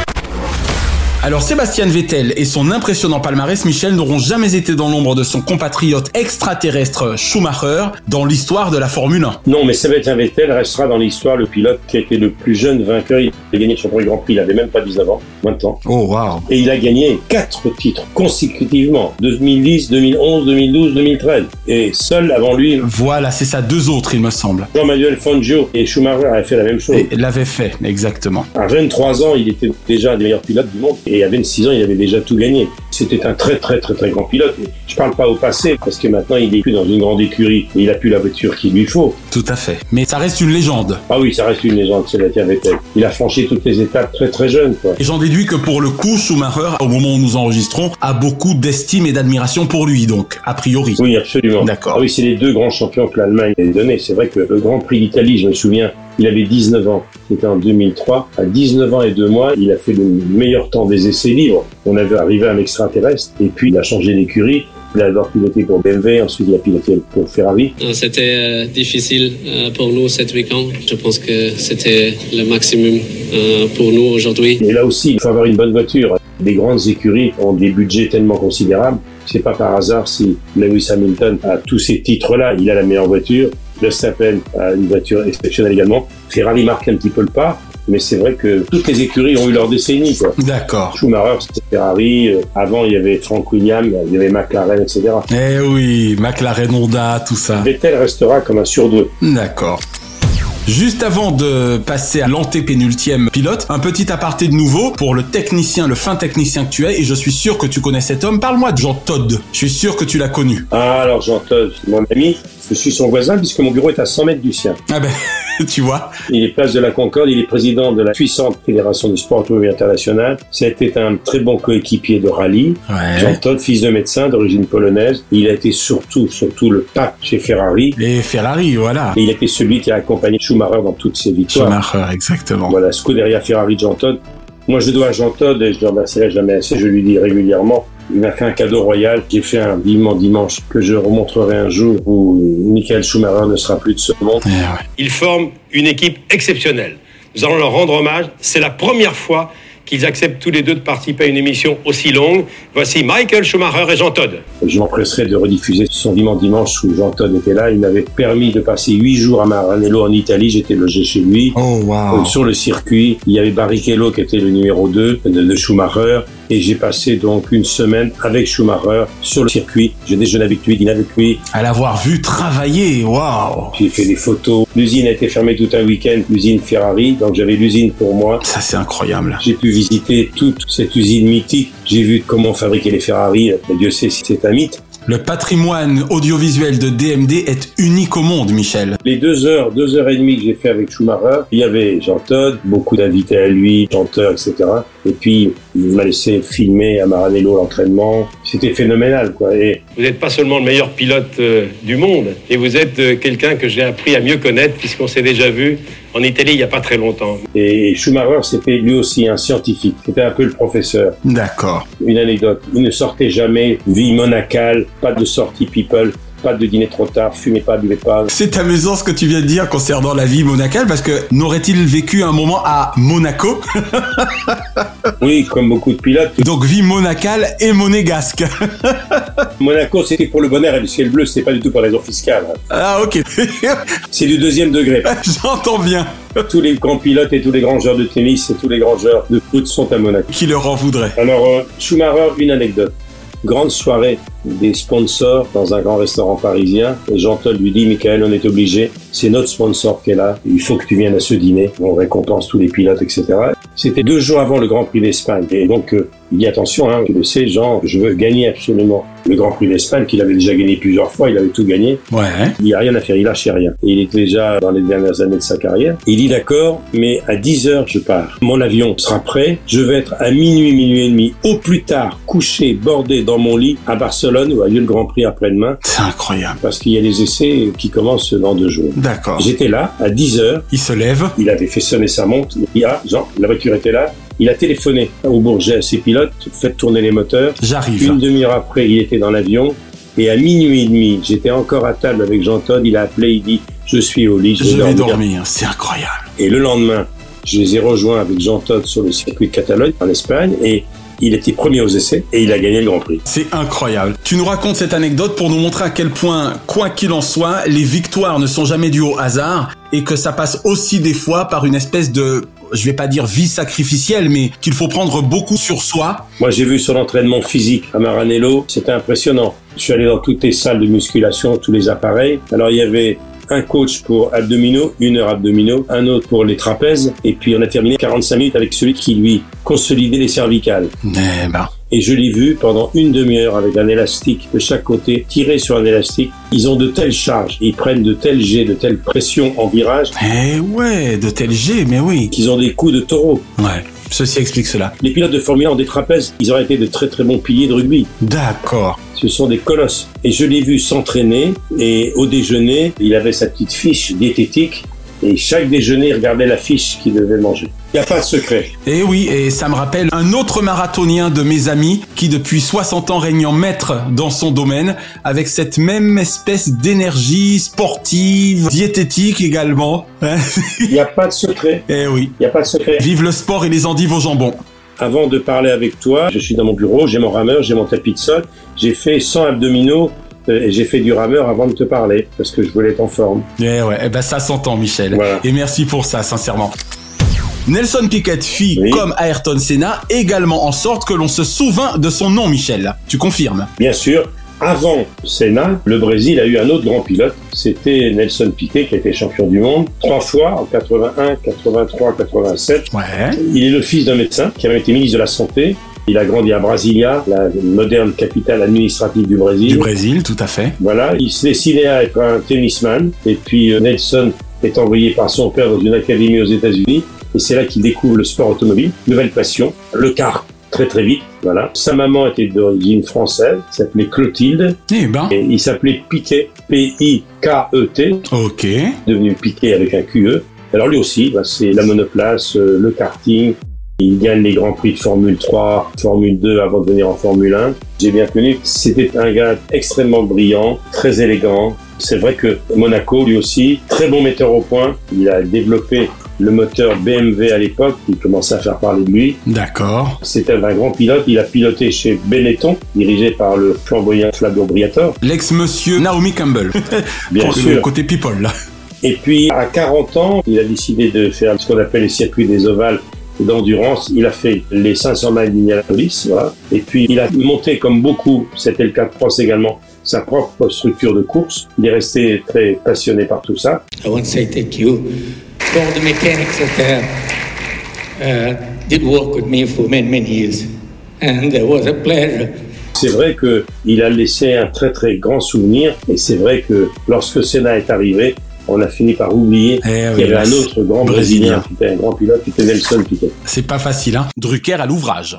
Alors Sébastien Vettel et son impressionnant palmarès, Michel, n'auront jamais été dans l'ombre de son compatriote extraterrestre Schumacher dans l'histoire de la Formule un. Non, mais Sébastien Vettel restera dans l'histoire le pilote qui a été le plus jeune vainqueur. Il a gagné son premier Grand Prix, il avait même pas dix-neuf ans, maintenant. Oh wow. Et il a gagné quatre titres consécutivement, deux mille dix, deux mille onze, deux mille douze, deux mille treize. Et seul avant lui... Voilà, c'est ça, deux autres il me semble. Jean-Manuel Fangio et Schumacher avaient fait la même chose. Et l'avait fait, exactement. À vingt-trois ans, il était déjà un des meilleurs pilotes du monde. Et à vingt-six ans, il avait déjà tout gagné. C'était un très très très très grand pilote. Je parle pas au passé, parce que maintenant il est plus dans une grande écurie. Et il a plus la voiture qu'il lui faut. Tout à fait. Mais ça reste une légende. Ah oui, ça reste une légende, Sébastien Vettel. Il a franchi toutes les étapes très très jeune, quoi. Et j'en déduis que pour le coup, Schumacher, au moment où nous enregistrons, a beaucoup d'estime et d'admiration pour lui, donc, a priori. Oui, absolument. D'accord. Ah oui, c'est les deux grands champions que l'Allemagne a donné. C'est vrai que le Grand Prix d'Italie, je me souviens, il avait dix-neuf ans. C'était en deux mille trois. À dix-neuf ans et deux mois, il a fait le meilleur temps des essais libres. On avait arrivé à un extraterrestre. Et puis, il a changé d'écurie. Il a d'abord piloté pour B M W, ensuite il a piloté pour Ferrari. C'était euh, difficile euh, pour nous cette week-end. Je pense que c'était le maximum euh, pour nous aujourd'hui. Et là aussi, il faut avoir une bonne voiture. Les grandes écuries ont des budgets tellement considérables. C'est pas par hasard si Lewis Hamilton a tous ces titres-là. Il a la meilleure voiture. Verstappen a une voiture exceptionnelle également. Ferrari marque un petit peu le pas. Mais c'est vrai que toutes les écuries ont eu leur décennie, quoi. D'accord. Schumacher, c'était Ferrari. Euh, avant, il y avait Frank Williams, il y avait McLaren, et cetera. Eh oui, McLaren, Honda, tout ça. Vettel restera comme un surdoué. D'accord. Juste avant de passer à l'antépénultième pilote, un petit aparté de nouveau pour le technicien, le fin technicien que tu es, et je suis sûr que tu connais cet homme. Parle-moi de Jean Todt. Je suis sûr que tu l'as connu. Ah, alors Jean Todt, mon ami, je suis son voisin puisque mon bureau est à cent mètres du sien. Ah ben, tu vois. Il est place de la Concorde, il est président de la puissante fédération du sport automobile international. C'était un très bon coéquipier de rallye. Ouais. Jean Todt, fils de médecin d'origine polonaise. Il a été surtout, surtout le pape chez Ferrari. Et Ferrari, voilà. Et il a été celui qui a accompagné Schumacher dans toutes ses victoires. Schumacher, exactement. Voilà, Scuderia Ferrari de Jean Todt. Moi, je dois à Jean Todt, et je le remercierai jamais assez, je lui dis régulièrement, il m'a fait un cadeau royal. J'ai fait un vivement dimanche que je remontrerai un jour où Michael Schumacher ne sera plus de ce monde. Eh ouais. Ils forment une équipe exceptionnelle. Nous allons leur rendre hommage. C'est la première fois qu'ils acceptent tous les deux de participer à une émission aussi longue. Voici Michael Schumacher et Jean Todt. Je m'empresserai de rediffuser son vivement dimanche où Jean Todt était là. Il m'avait permis de passer huit jours à Maranello en Italie. J'étais logé chez lui. Oh, wow. Sur le circuit, il y avait Barrichello qui était le numéro deux de, de Schumacher. Et j'ai passé donc une semaine avec Schumacher sur le circuit. J'ai déjeuné avec lui, dîné avec lui. À l'avoir vu travailler, waouh. J'ai fait des photos. L'usine a été fermée tout un week-end, l'usine Ferrari. Donc j'avais l'usine pour moi. Ça, c'est incroyable. J'ai pu visiter toute cette usine mythique. J'ai vu comment fabriquer les Ferrari. Mais Dieu sait si c'est un mythe. Le patrimoine audiovisuel de D M D est unique au monde, Michel. Les deux heures, deux heures et demie que j'ai fait avec Schumacher, il y avait Jean Todt, beaucoup d'invités à lui, chanteurs, et cetera. Et puis, il m'a laissé filmer à Maranello l'entraînement. C'était phénoménal, quoi. Et vous n'êtes pas seulement le meilleur pilote euh, du monde, et vous êtes euh, quelqu'un que j'ai appris à mieux connaître, puisqu'on s'est déjà vu en Italie il n'y a pas très longtemps. Et Schumacher, c'était lui aussi un scientifique. C'était un peu le professeur. D'accord. Une anecdote. Il ne sortait jamais, vie monacale, pas de sortie people. Pas de dîner trop tard, fumez pas, buvez pas. C'est amusant ce que tu viens de dire concernant la vie monacale, parce que n'aurait-il vécu un moment à Monaco? Oui, comme beaucoup de pilotes. Donc vie monacale et monégasque. Monaco, c'était pour le bonheur et le ciel bleu, c'était pas du tout pour les raisons fiscales. Ah ok. C'est du deuxième degré. J'entends bien. Tous les grands pilotes et tous les grands joueurs de tennis et tous les grands joueurs de foot sont à Monaco. Qui leur en voudrait? Alors, euh, Schumacher, une anecdote. Grande soirée des sponsors dans un grand restaurant parisien. Et Jean-Todt lui dit, Michael, on est obligé, c'est notre sponsor qui est là, il faut que tu viennes à ce dîner, on récompense tous les pilotes, et cetera. C'était deux jours avant le Grand Prix d'Espagne. Et donc, euh, il dit, attention, hein, tu le sais, Jean, je veux gagner absolument le Grand Prix d'Espagne, qu'il avait déjà gagné plusieurs fois, il avait tout gagné. Ouais. Il n'y a rien à faire, il lâchait rien. Et il était déjà dans les dernières années de sa carrière. Il dit, d'accord, mais à dix heures, je pars. Mon avion sera prêt, je vais être à minuit, minuit et demi, au plus tard, couché, bordé dans mon lit, à Barcelone, où a lieu le Grand Prix après-demain. C'est incroyable. Parce qu'il y a les essais qui commencent dans deux jours. D'accord. J'étais là, à dix heures. Il se lève. Il avait fait sonner sa montre. Il dit, ah, Jean, la voiture était là. Il a téléphoné au Bourget à ses pilotes, faites tourner les moteurs. J'arrive. Une demi-heure après, il était dans l'avion. Et à minuit et demi, j'étais encore à table avec Jean-Todt. Il a appelé, il dit, je suis au lit, je, je vais vais dormir. dormir. C'est incroyable. Et le lendemain, je les ai rejoints avec Jean-Todt sur le circuit de Catalogne, en Espagne. Et il était premier aux essais et il a gagné le Grand Prix. C'est incroyable. Tu nous racontes cette anecdote pour nous montrer à quel point, quoi qu'il en soit, les victoires ne sont jamais dues au hasard et que ça passe aussi des fois par une espèce de, je vais pas dire vie sacrificielle, mais qu'il faut prendre beaucoup sur soi. Moi, j'ai vu son entraînement physique à Maranello, c'était impressionnant. Je suis allé dans toutes les salles de musculation, tous les appareils. Alors, il y avait un coach pour abdominaux, une heure abdominaux, un autre pour les trapèzes, et puis on a terminé quarante-cinq minutes avec celui qui lui consolidait les cervicales. Mais ben. Et je l'ai vu pendant une demi-heure avec un élastique de chaque côté, tiré sur un élastique. Ils ont de telles charges, ils prennent de tels jets, de telles pressions en virage. Eh ouais, de tels jets, mais oui. Qu'ils ont des coups de taureau. Ouais. Ceci explique cela. Les pilotes de Formule un ont des trapèzes, ils auraient été de très très bons piliers de rugby. D'accord. Ce sont des colosses. Et je l'ai vu s'entraîner, et au déjeuner, il avait sa petite fiche diététique, et chaque déjeuner, il regardait la fiche qu'il devait manger. Il n'y a pas de secret. Et oui, et ça me rappelle un autre marathonien de mes amis qui depuis soixante ans règne en maître dans son domaine, avec cette même espèce d'énergie sportive, diététique également. Il n'y a pas de secret. Eh oui. Il n'y a pas de secret. Vive le sport et les endives au jambon. Avant de parler avec toi, je suis dans mon bureau, j'ai mon rameur, j'ai mon tapis de sol, j'ai fait cent abdominaux et j'ai fait du rameur avant de te parler, parce que je voulais être en forme. Eh ouais, eh ben ça s'entend, Michel. Voilà. Et merci pour ça, sincèrement. Nelson Piquet fit, oui, comme Ayrton Senna, également en sorte que l'on se souvint de son nom, Michel. Tu confirmes? Bien sûr. Avant Senna, le Brésil a eu un autre grand pilote. C'était Nelson Piquet qui a été champion du monde trois fois, en quatre-vingt-un, quatre-vingt-trois, quatre-vingt-sept. Ouais. Il est le fils d'un médecin qui avait été ministre de la Santé. Il a grandi à Brasilia, la moderne capitale administrative du Brésil. Du Brésil, tout à fait. Voilà, il s'est destiné à être un tennisman. Et puis euh, Nelson est envoyé par son père dans une académie aux États-Unis. Et c'est là qu'il découvre le sport automobile, nouvelle passion, le kart. Très très vite, voilà. Sa maman était d'origine française, s'appelait Clotilde. Eh ben. Et il s'appelait Piquet, P I K E T. Ok. Devenu Piquet avec un Q E. Alors lui aussi, bah, c'est la monoplace, euh, le karting. Il gagne les grands prix de Formule trois, Formule deux avant de venir en Formule un. J'ai bien connu, c'était un gars extrêmement brillant, très élégant. C'est vrai que Monaco, lui aussi, très bon metteur au point. Il a développé le moteur B M W à l'époque, il commençait à faire parler de lui. D'accord. C'était un grand pilote, il a piloté chez Benetton, dirigé par le flamboyant Flavio Briatore. L'ex-monsieur Naomi Campbell. Bien sûr. Le côté people, là. Et puis, à quarante ans, il a décidé de faire ce qu'on appelle les circuits des ovales d'endurance. Il a fait les cinq cents miles d'Indianapolis, voilà. Et puis, il a monté, comme beaucoup, c'était le cas de Prost également, sa propre structure de course. Il est resté très passionné par tout ça. I want to say thank you to all the mechanics that uh, uh, did work with me for many, many years. And it was a pleasure. C'est vrai qu'il a laissé un très très grand souvenir. Et c'est vrai que lorsque Senna est arrivé, on a fini par oublier eh qu'il oui, y avait un autre grand Brésilien, Brésilien qui était un grand pilote, qui était Nelson Piquet. C'est pas facile, hein. Drucker à l'ouvrage.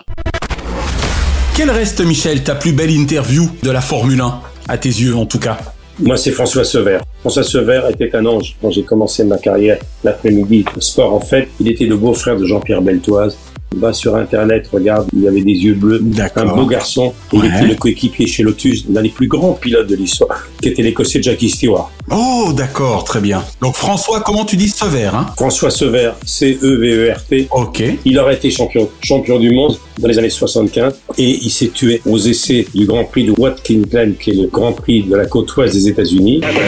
Quelle reste, Michel, ta plus belle interview de la Formule un, à tes yeux en tout cas? Moi, c'est François Sevère. François Sevère était un ange quand j'ai commencé ma carrière l'après-midi. Le sport, en fait, il était le beau-frère de Jean-Pierre Beltoise. Va sur Internet, regarde, il avait des yeux bleus, un beau garçon. Il ouais. était le coéquipier chez Lotus, l'un des plus grands pilotes de l'histoire, qui était l'Écossais Jackie Stewart. Oh, d'accord, très bien. Donc François, comment tu dis Sevère, hein? François Sevère, C E V E R T. Ok. Il aurait été champion, champion du monde dans les années soixante-quinze et il s'est tué aux essais du Grand Prix de Watkins Glen, qui est le Grand Prix de la côte ouest des États-Unis. Ah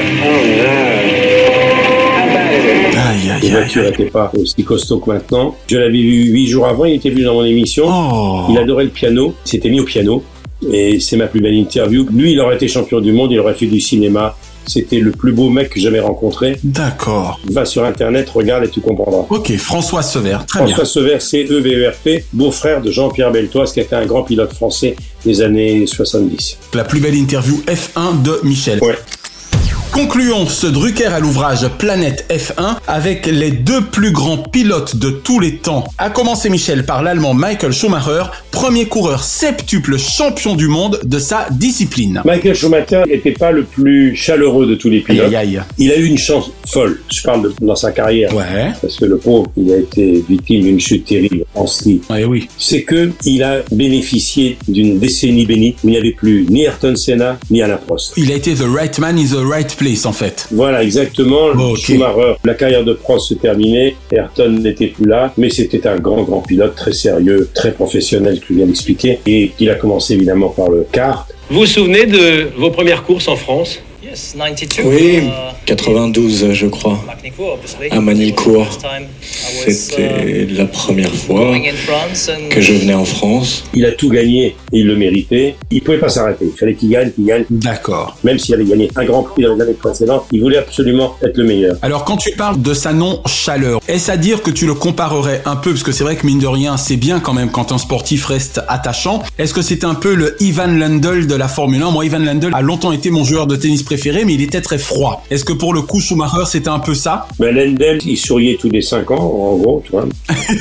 Aïe, aïe, les voitures n'étaient pas aussi costauds que maintenant. Je l'avais vu huit jours avant, il était venu dans mon émission. Oh. Il adorait le piano, il s'était mis au piano. et c'est ma plus belle interview. Lui, il aurait été champion du monde, il aurait fait du cinéma. C'était le plus beau mec que j'ai jamais rencontré. D'accord. Va sur Internet, regarde et tu comprendras. Ok, François Sever, très François bien. François Sever, C E V E R P, beau-frère de Jean-Pierre Beltoise, qui a été un grand pilote français des années soixante-dix. La plus belle interview F un de Michel. Ouais. Concluons ce Drucker à l'ouvrage Planète F un avec les deux plus grands pilotes de tous les temps. A commencer Michel par l'Allemand Michael Schumacher, premier coureur septuple champion du monde de sa discipline. Michael Schumacher n'était pas le plus chaleureux de tous les pilotes. Aïe, aïe, aïe. Il a eu une chance folle, je parle de, dans sa carrière. Ouais. Parce que le pauvre, il a été victime d'une chute terrible en ski. Ouais, oui. C'est que il a bénéficié d'une décennie bénie où il n'y avait plus ni Ayrton Senna, ni Alain Prost. Il a été the right man in the right place, en fait. Voilà, exactement. Oh, okay. Schumacher, la carrière de Prost se terminait, Ayrton n'était plus là, mais c'était un grand, grand pilote, très sérieux, très professionnel, que je viens d'expliquer, et il a commencé évidemment par le kart. Vous vous souvenez de vos premières courses en France ? Oui, quatre-vingt-douze, je crois, à Magny-Cours. C'était la première fois que je venais en France. Il a tout gagné et il le méritait. Il pouvait pas s'arrêter. Il fallait qu'il gagne, qu'il gagne. D'accord. Même s'il avait gagné un grand prix dans les années précédentes, il voulait absolument être le meilleur. Alors, quand tu parles de sa non-chaleur, est-ce à dire que tu le comparerais un peu, parce que c'est vrai que mine de rien, c'est bien quand même quand un sportif reste attachant. Est-ce que c'est un peu le Ivan Lendl de la Formule un ? Moi, Ivan Lendl a longtemps été mon joueur de tennis préféré, mais il était très froid. Est-ce que pour le coup, Schumacher, c'était un peu ça ? Ben, Lendl, il souriait tous les cinq ans, en gros, tu vois.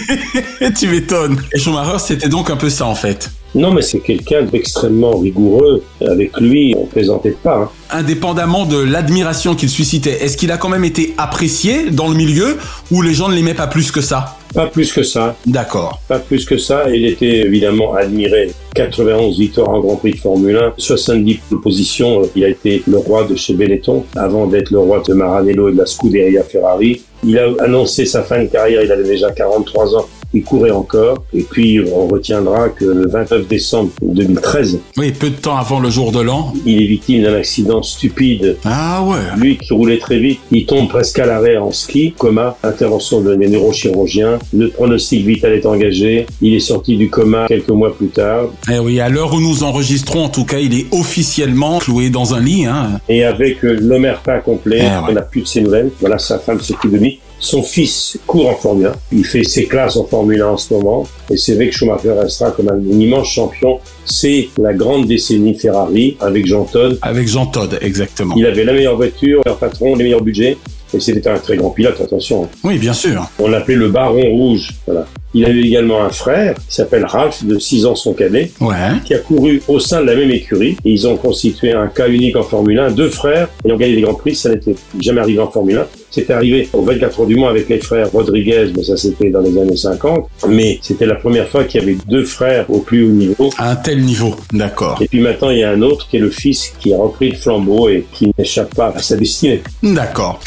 Tu m'étonnes. Et Schumacher, c'était donc un peu ça, en fait. Non, mais c'est quelqu'un d'extrêmement rigoureux. Avec lui, on plaisantait pas. Hein. Indépendamment de l'admiration qu'il suscitait, est-ce qu'il a quand même été apprécié dans le milieu ou les gens ne l'aimaient pas plus que ça ? Pas plus que ça. D'accord. Pas plus que ça. Il était évidemment admiré. quatre-vingt-onze victoires en Grand Prix de Formule un, soixante-dix positions. Il a été le roi de chez Benetton avant d'être le roi de Maranello et de la Scuderia Ferrari. Il a annoncé sa fin de carrière. Il avait déjà quarante-trois ans. Il courait encore. Et puis, on retiendra que le vingt-neuf décembre deux mille treize... Oui, peu de temps avant le jour de l'an. Il est victime d'un accident stupide. Ah ouais. Lui qui roulait très vite, il tombe presque à l'arrêt en ski, coma, intervention de neurochirurgien. Le pronostic vital est engagé. Il est sorti du coma quelques mois plus tard. Eh oui, à l'heure où nous enregistrons, en tout cas, il est officiellement cloué dans un lit. Hein. Et avec euh, l'omerta complet, eh ouais. On n'a plus de ses nouvelles. Voilà, sa femme s'occupe de lui. Son fils court en Formule un. Il fait ses classes en Formule un en ce moment. Et c'est vrai que Schumacher restera comme un immense champion. C'est la grande décennie Ferrari avec Jean Todt. Avec Jean Todt, exactement. Il avait la meilleure voiture, le patron, les meilleurs budgets. Et c'était un très grand pilote, attention. Oui, bien sûr. On l'appelait le Baron Rouge. Voilà. Il avait également un frère qui s'appelle Ralph, de six ans son cadet, ouais. qui a couru au sein de la même écurie. Et ils ont constitué un cas unique en Formule un. Deux frères ayant gagné des grands prix, ça n'était jamais arrivé en Formule un. C'était arrivé au vingt-quatre heures du Mans avec les frères Rodriguez, mais ça c'était dans les années cinquante. Mais c'était la première fois qu'il y avait deux frères au plus haut niveau. À un tel niveau, d'accord. Et puis maintenant, il y a un autre qui est le fils qui a repris le flambeau et qui n'échappe pas à sa destinée. D'accord.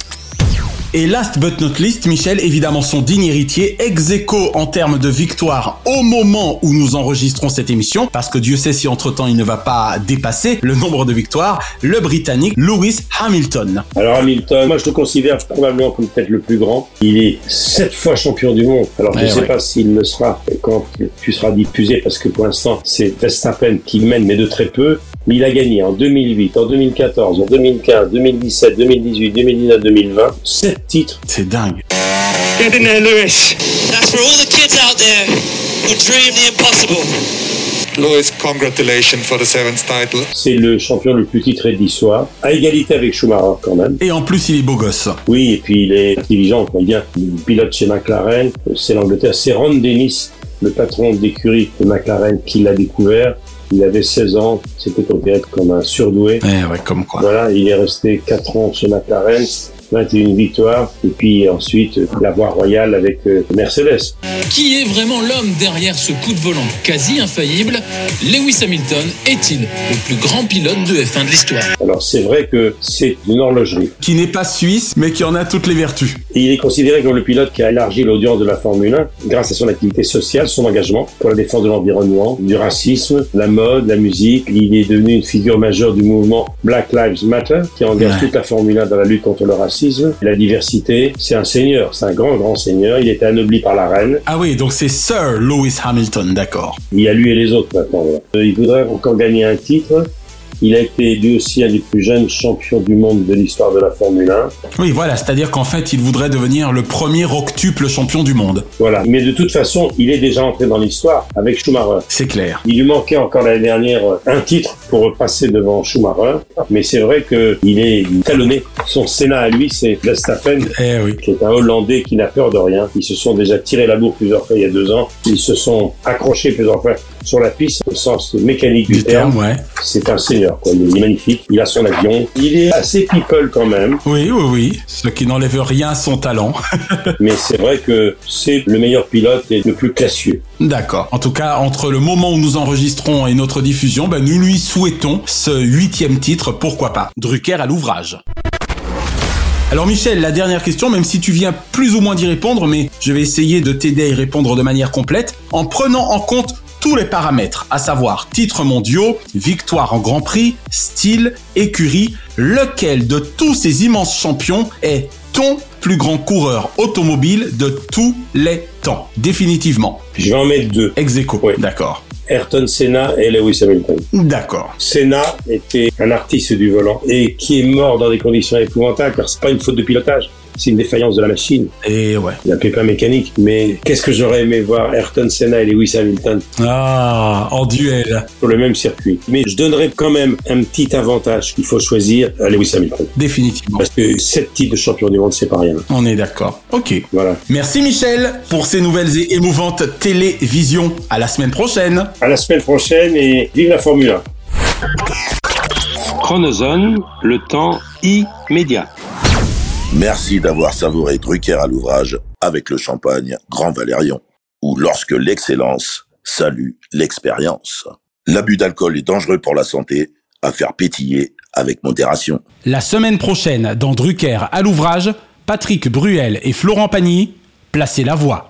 Et last but not least, Michel, évidemment son digne héritier, ex aequo en termes de victoire au moment où nous enregistrons cette émission, parce que Dieu sait si entre-temps il ne va pas dépasser le nombre de victoires, le Britannique Lewis Hamilton. Alors Hamilton, moi je le considère probablement comme peut-être le plus grand. Il est sept fois champion du monde. Alors je ne eh sais ouais. pas s'il le sera quand tu seras diffusé, parce que pour l'instant c'est Verstappen qui mène, mais de très peu. Mais il a gagné en deux mille huit, en deux mille quatorze, en deux mille quinze, deux mille dix-sept, deux mille dix-huit, deux mille dix-neuf, deux mille vingt. sept titres. C'est dingue. Get in there, Lewis. That's for all the kids out there who dream the impossible. Lewis, congratulations for the seventh title. C'est le champion le plus titré de l'histoire, à égalité avec Schumacher quand même. Et en plus, il est beau gosse. Oui, et puis il est intelligent. Il vient du pilote chez McLaren, c'est l'Angleterre. C'est Ron Dennis, le patron d'écurie de McLaren, qui l'a découvert. Il avait seize ans, c'était considéré comme un surdoué. Eh ouais, comme quoi. Voilà, il est resté quatre ans chez McLaren, vingt et une victoires, et puis ensuite la voie royale avec euh, Mercedes. Qui est vraiment l'homme derrière ce coup de volant quasi infaillible ? Lewis Hamilton est-il le plus grand pilote de F un de l'histoire ? Alors c'est vrai que c'est une horlogerie. Qui n'est pas suisse, mais qui en a toutes les vertus. Et il est considéré comme le pilote qui a élargi l'audience de la Formule un grâce à son activité sociale, son engagement pour la défense de l'environnement, du racisme, la mode, la musique. Il est devenu une figure majeure du mouvement Black Lives Matter qui engage ouais. toute la Formule un dans la lutte contre le racisme. racisme, la diversité. C'est un seigneur, c'est un grand, grand seigneur. Il était anobli par la reine. Ah oui, donc c'est Sir Lewis Hamilton, d'accord. Il y a lui et les autres maintenant. Voilà. Il voudrait encore gagner un titre. Il a été lui aussi un des plus jeunes champions du monde de l'histoire de la Formule un. Oui, voilà, c'est-à-dire qu'en fait, il voudrait devenir le premier octuple champion du monde. Voilà, mais de toute façon, il est déjà entré dans l'histoire avec Schumacher. C'est clair. Il lui manquait encore l'année dernière un titre pour passer devant Schumacher, mais c'est vrai qu'il est talonné. Son Senna à lui, c'est Verstappen, eh oui. qui est un Hollandais qui n'a peur de rien. Ils se sont déjà tiré la bourre plusieurs fois il y a deux ans. Ils se sont accrochés plusieurs fois sur la piste, au sens mécanique du, du terme. terme ouais. C'est un seigneur. Quoi. Il est magnifique, il a son avion, il est assez people quand même. Oui, oui, oui, ce qui n'enlève rien à son talent. Mais c'est vrai que c'est le meilleur pilote et le plus classieux. D'accord. En tout cas, entre le moment où nous enregistrons et notre diffusion, ben, nous lui souhaitons ce huitième titre, pourquoi pas. Drucker à l'ouvrage. Alors Michel, la dernière question, même si tu viens plus ou moins d'y répondre, mais je vais essayer de t'aider à y répondre de manière complète, en prenant en compte tous les paramètres, à savoir titres mondiaux, victoire en Grand Prix, style, écurie, lequel de tous ces immenses champions est ton plus grand coureur automobile de tous les temps, définitivement? Je vais en mettre deux. Ex aequo, oui. D'accord. Ayrton Senna et Lewis Hamilton. D'accord. Senna était un artiste du volant et qui est mort dans des conditions épouvantables car c'est pas une faute de pilotage. C'est une défaillance de la machine. Et ouais. Il y a un pépin mécanique. Mais qu'est-ce que j'aurais aimé voir Ayrton Senna et Lewis Hamilton. Ah, en duel. Sur le même circuit. Mais je donnerais quand même un petit avantage qu'il faut choisir à Lewis Hamilton. Définitivement. Parce que sept titres de champion du monde, c'est pas rien. On est d'accord. Ok. Voilà. Merci Michel pour ces nouvelles et émouvantes télévisions. À la semaine prochaine. À la semaine prochaine et vive la Formule un. Chronozone, le temps immédiat. Merci d'avoir savouré Drucker à l'ouvrage avec le champagne Grand Valérion, ou lorsque l'excellence salue l'expérience. L'abus d'alcool est dangereux pour la santé, à faire pétiller avec modération. La semaine prochaine, dans Drucker à l'ouvrage, Patrick Bruel et Florent Pagny, placez la voix.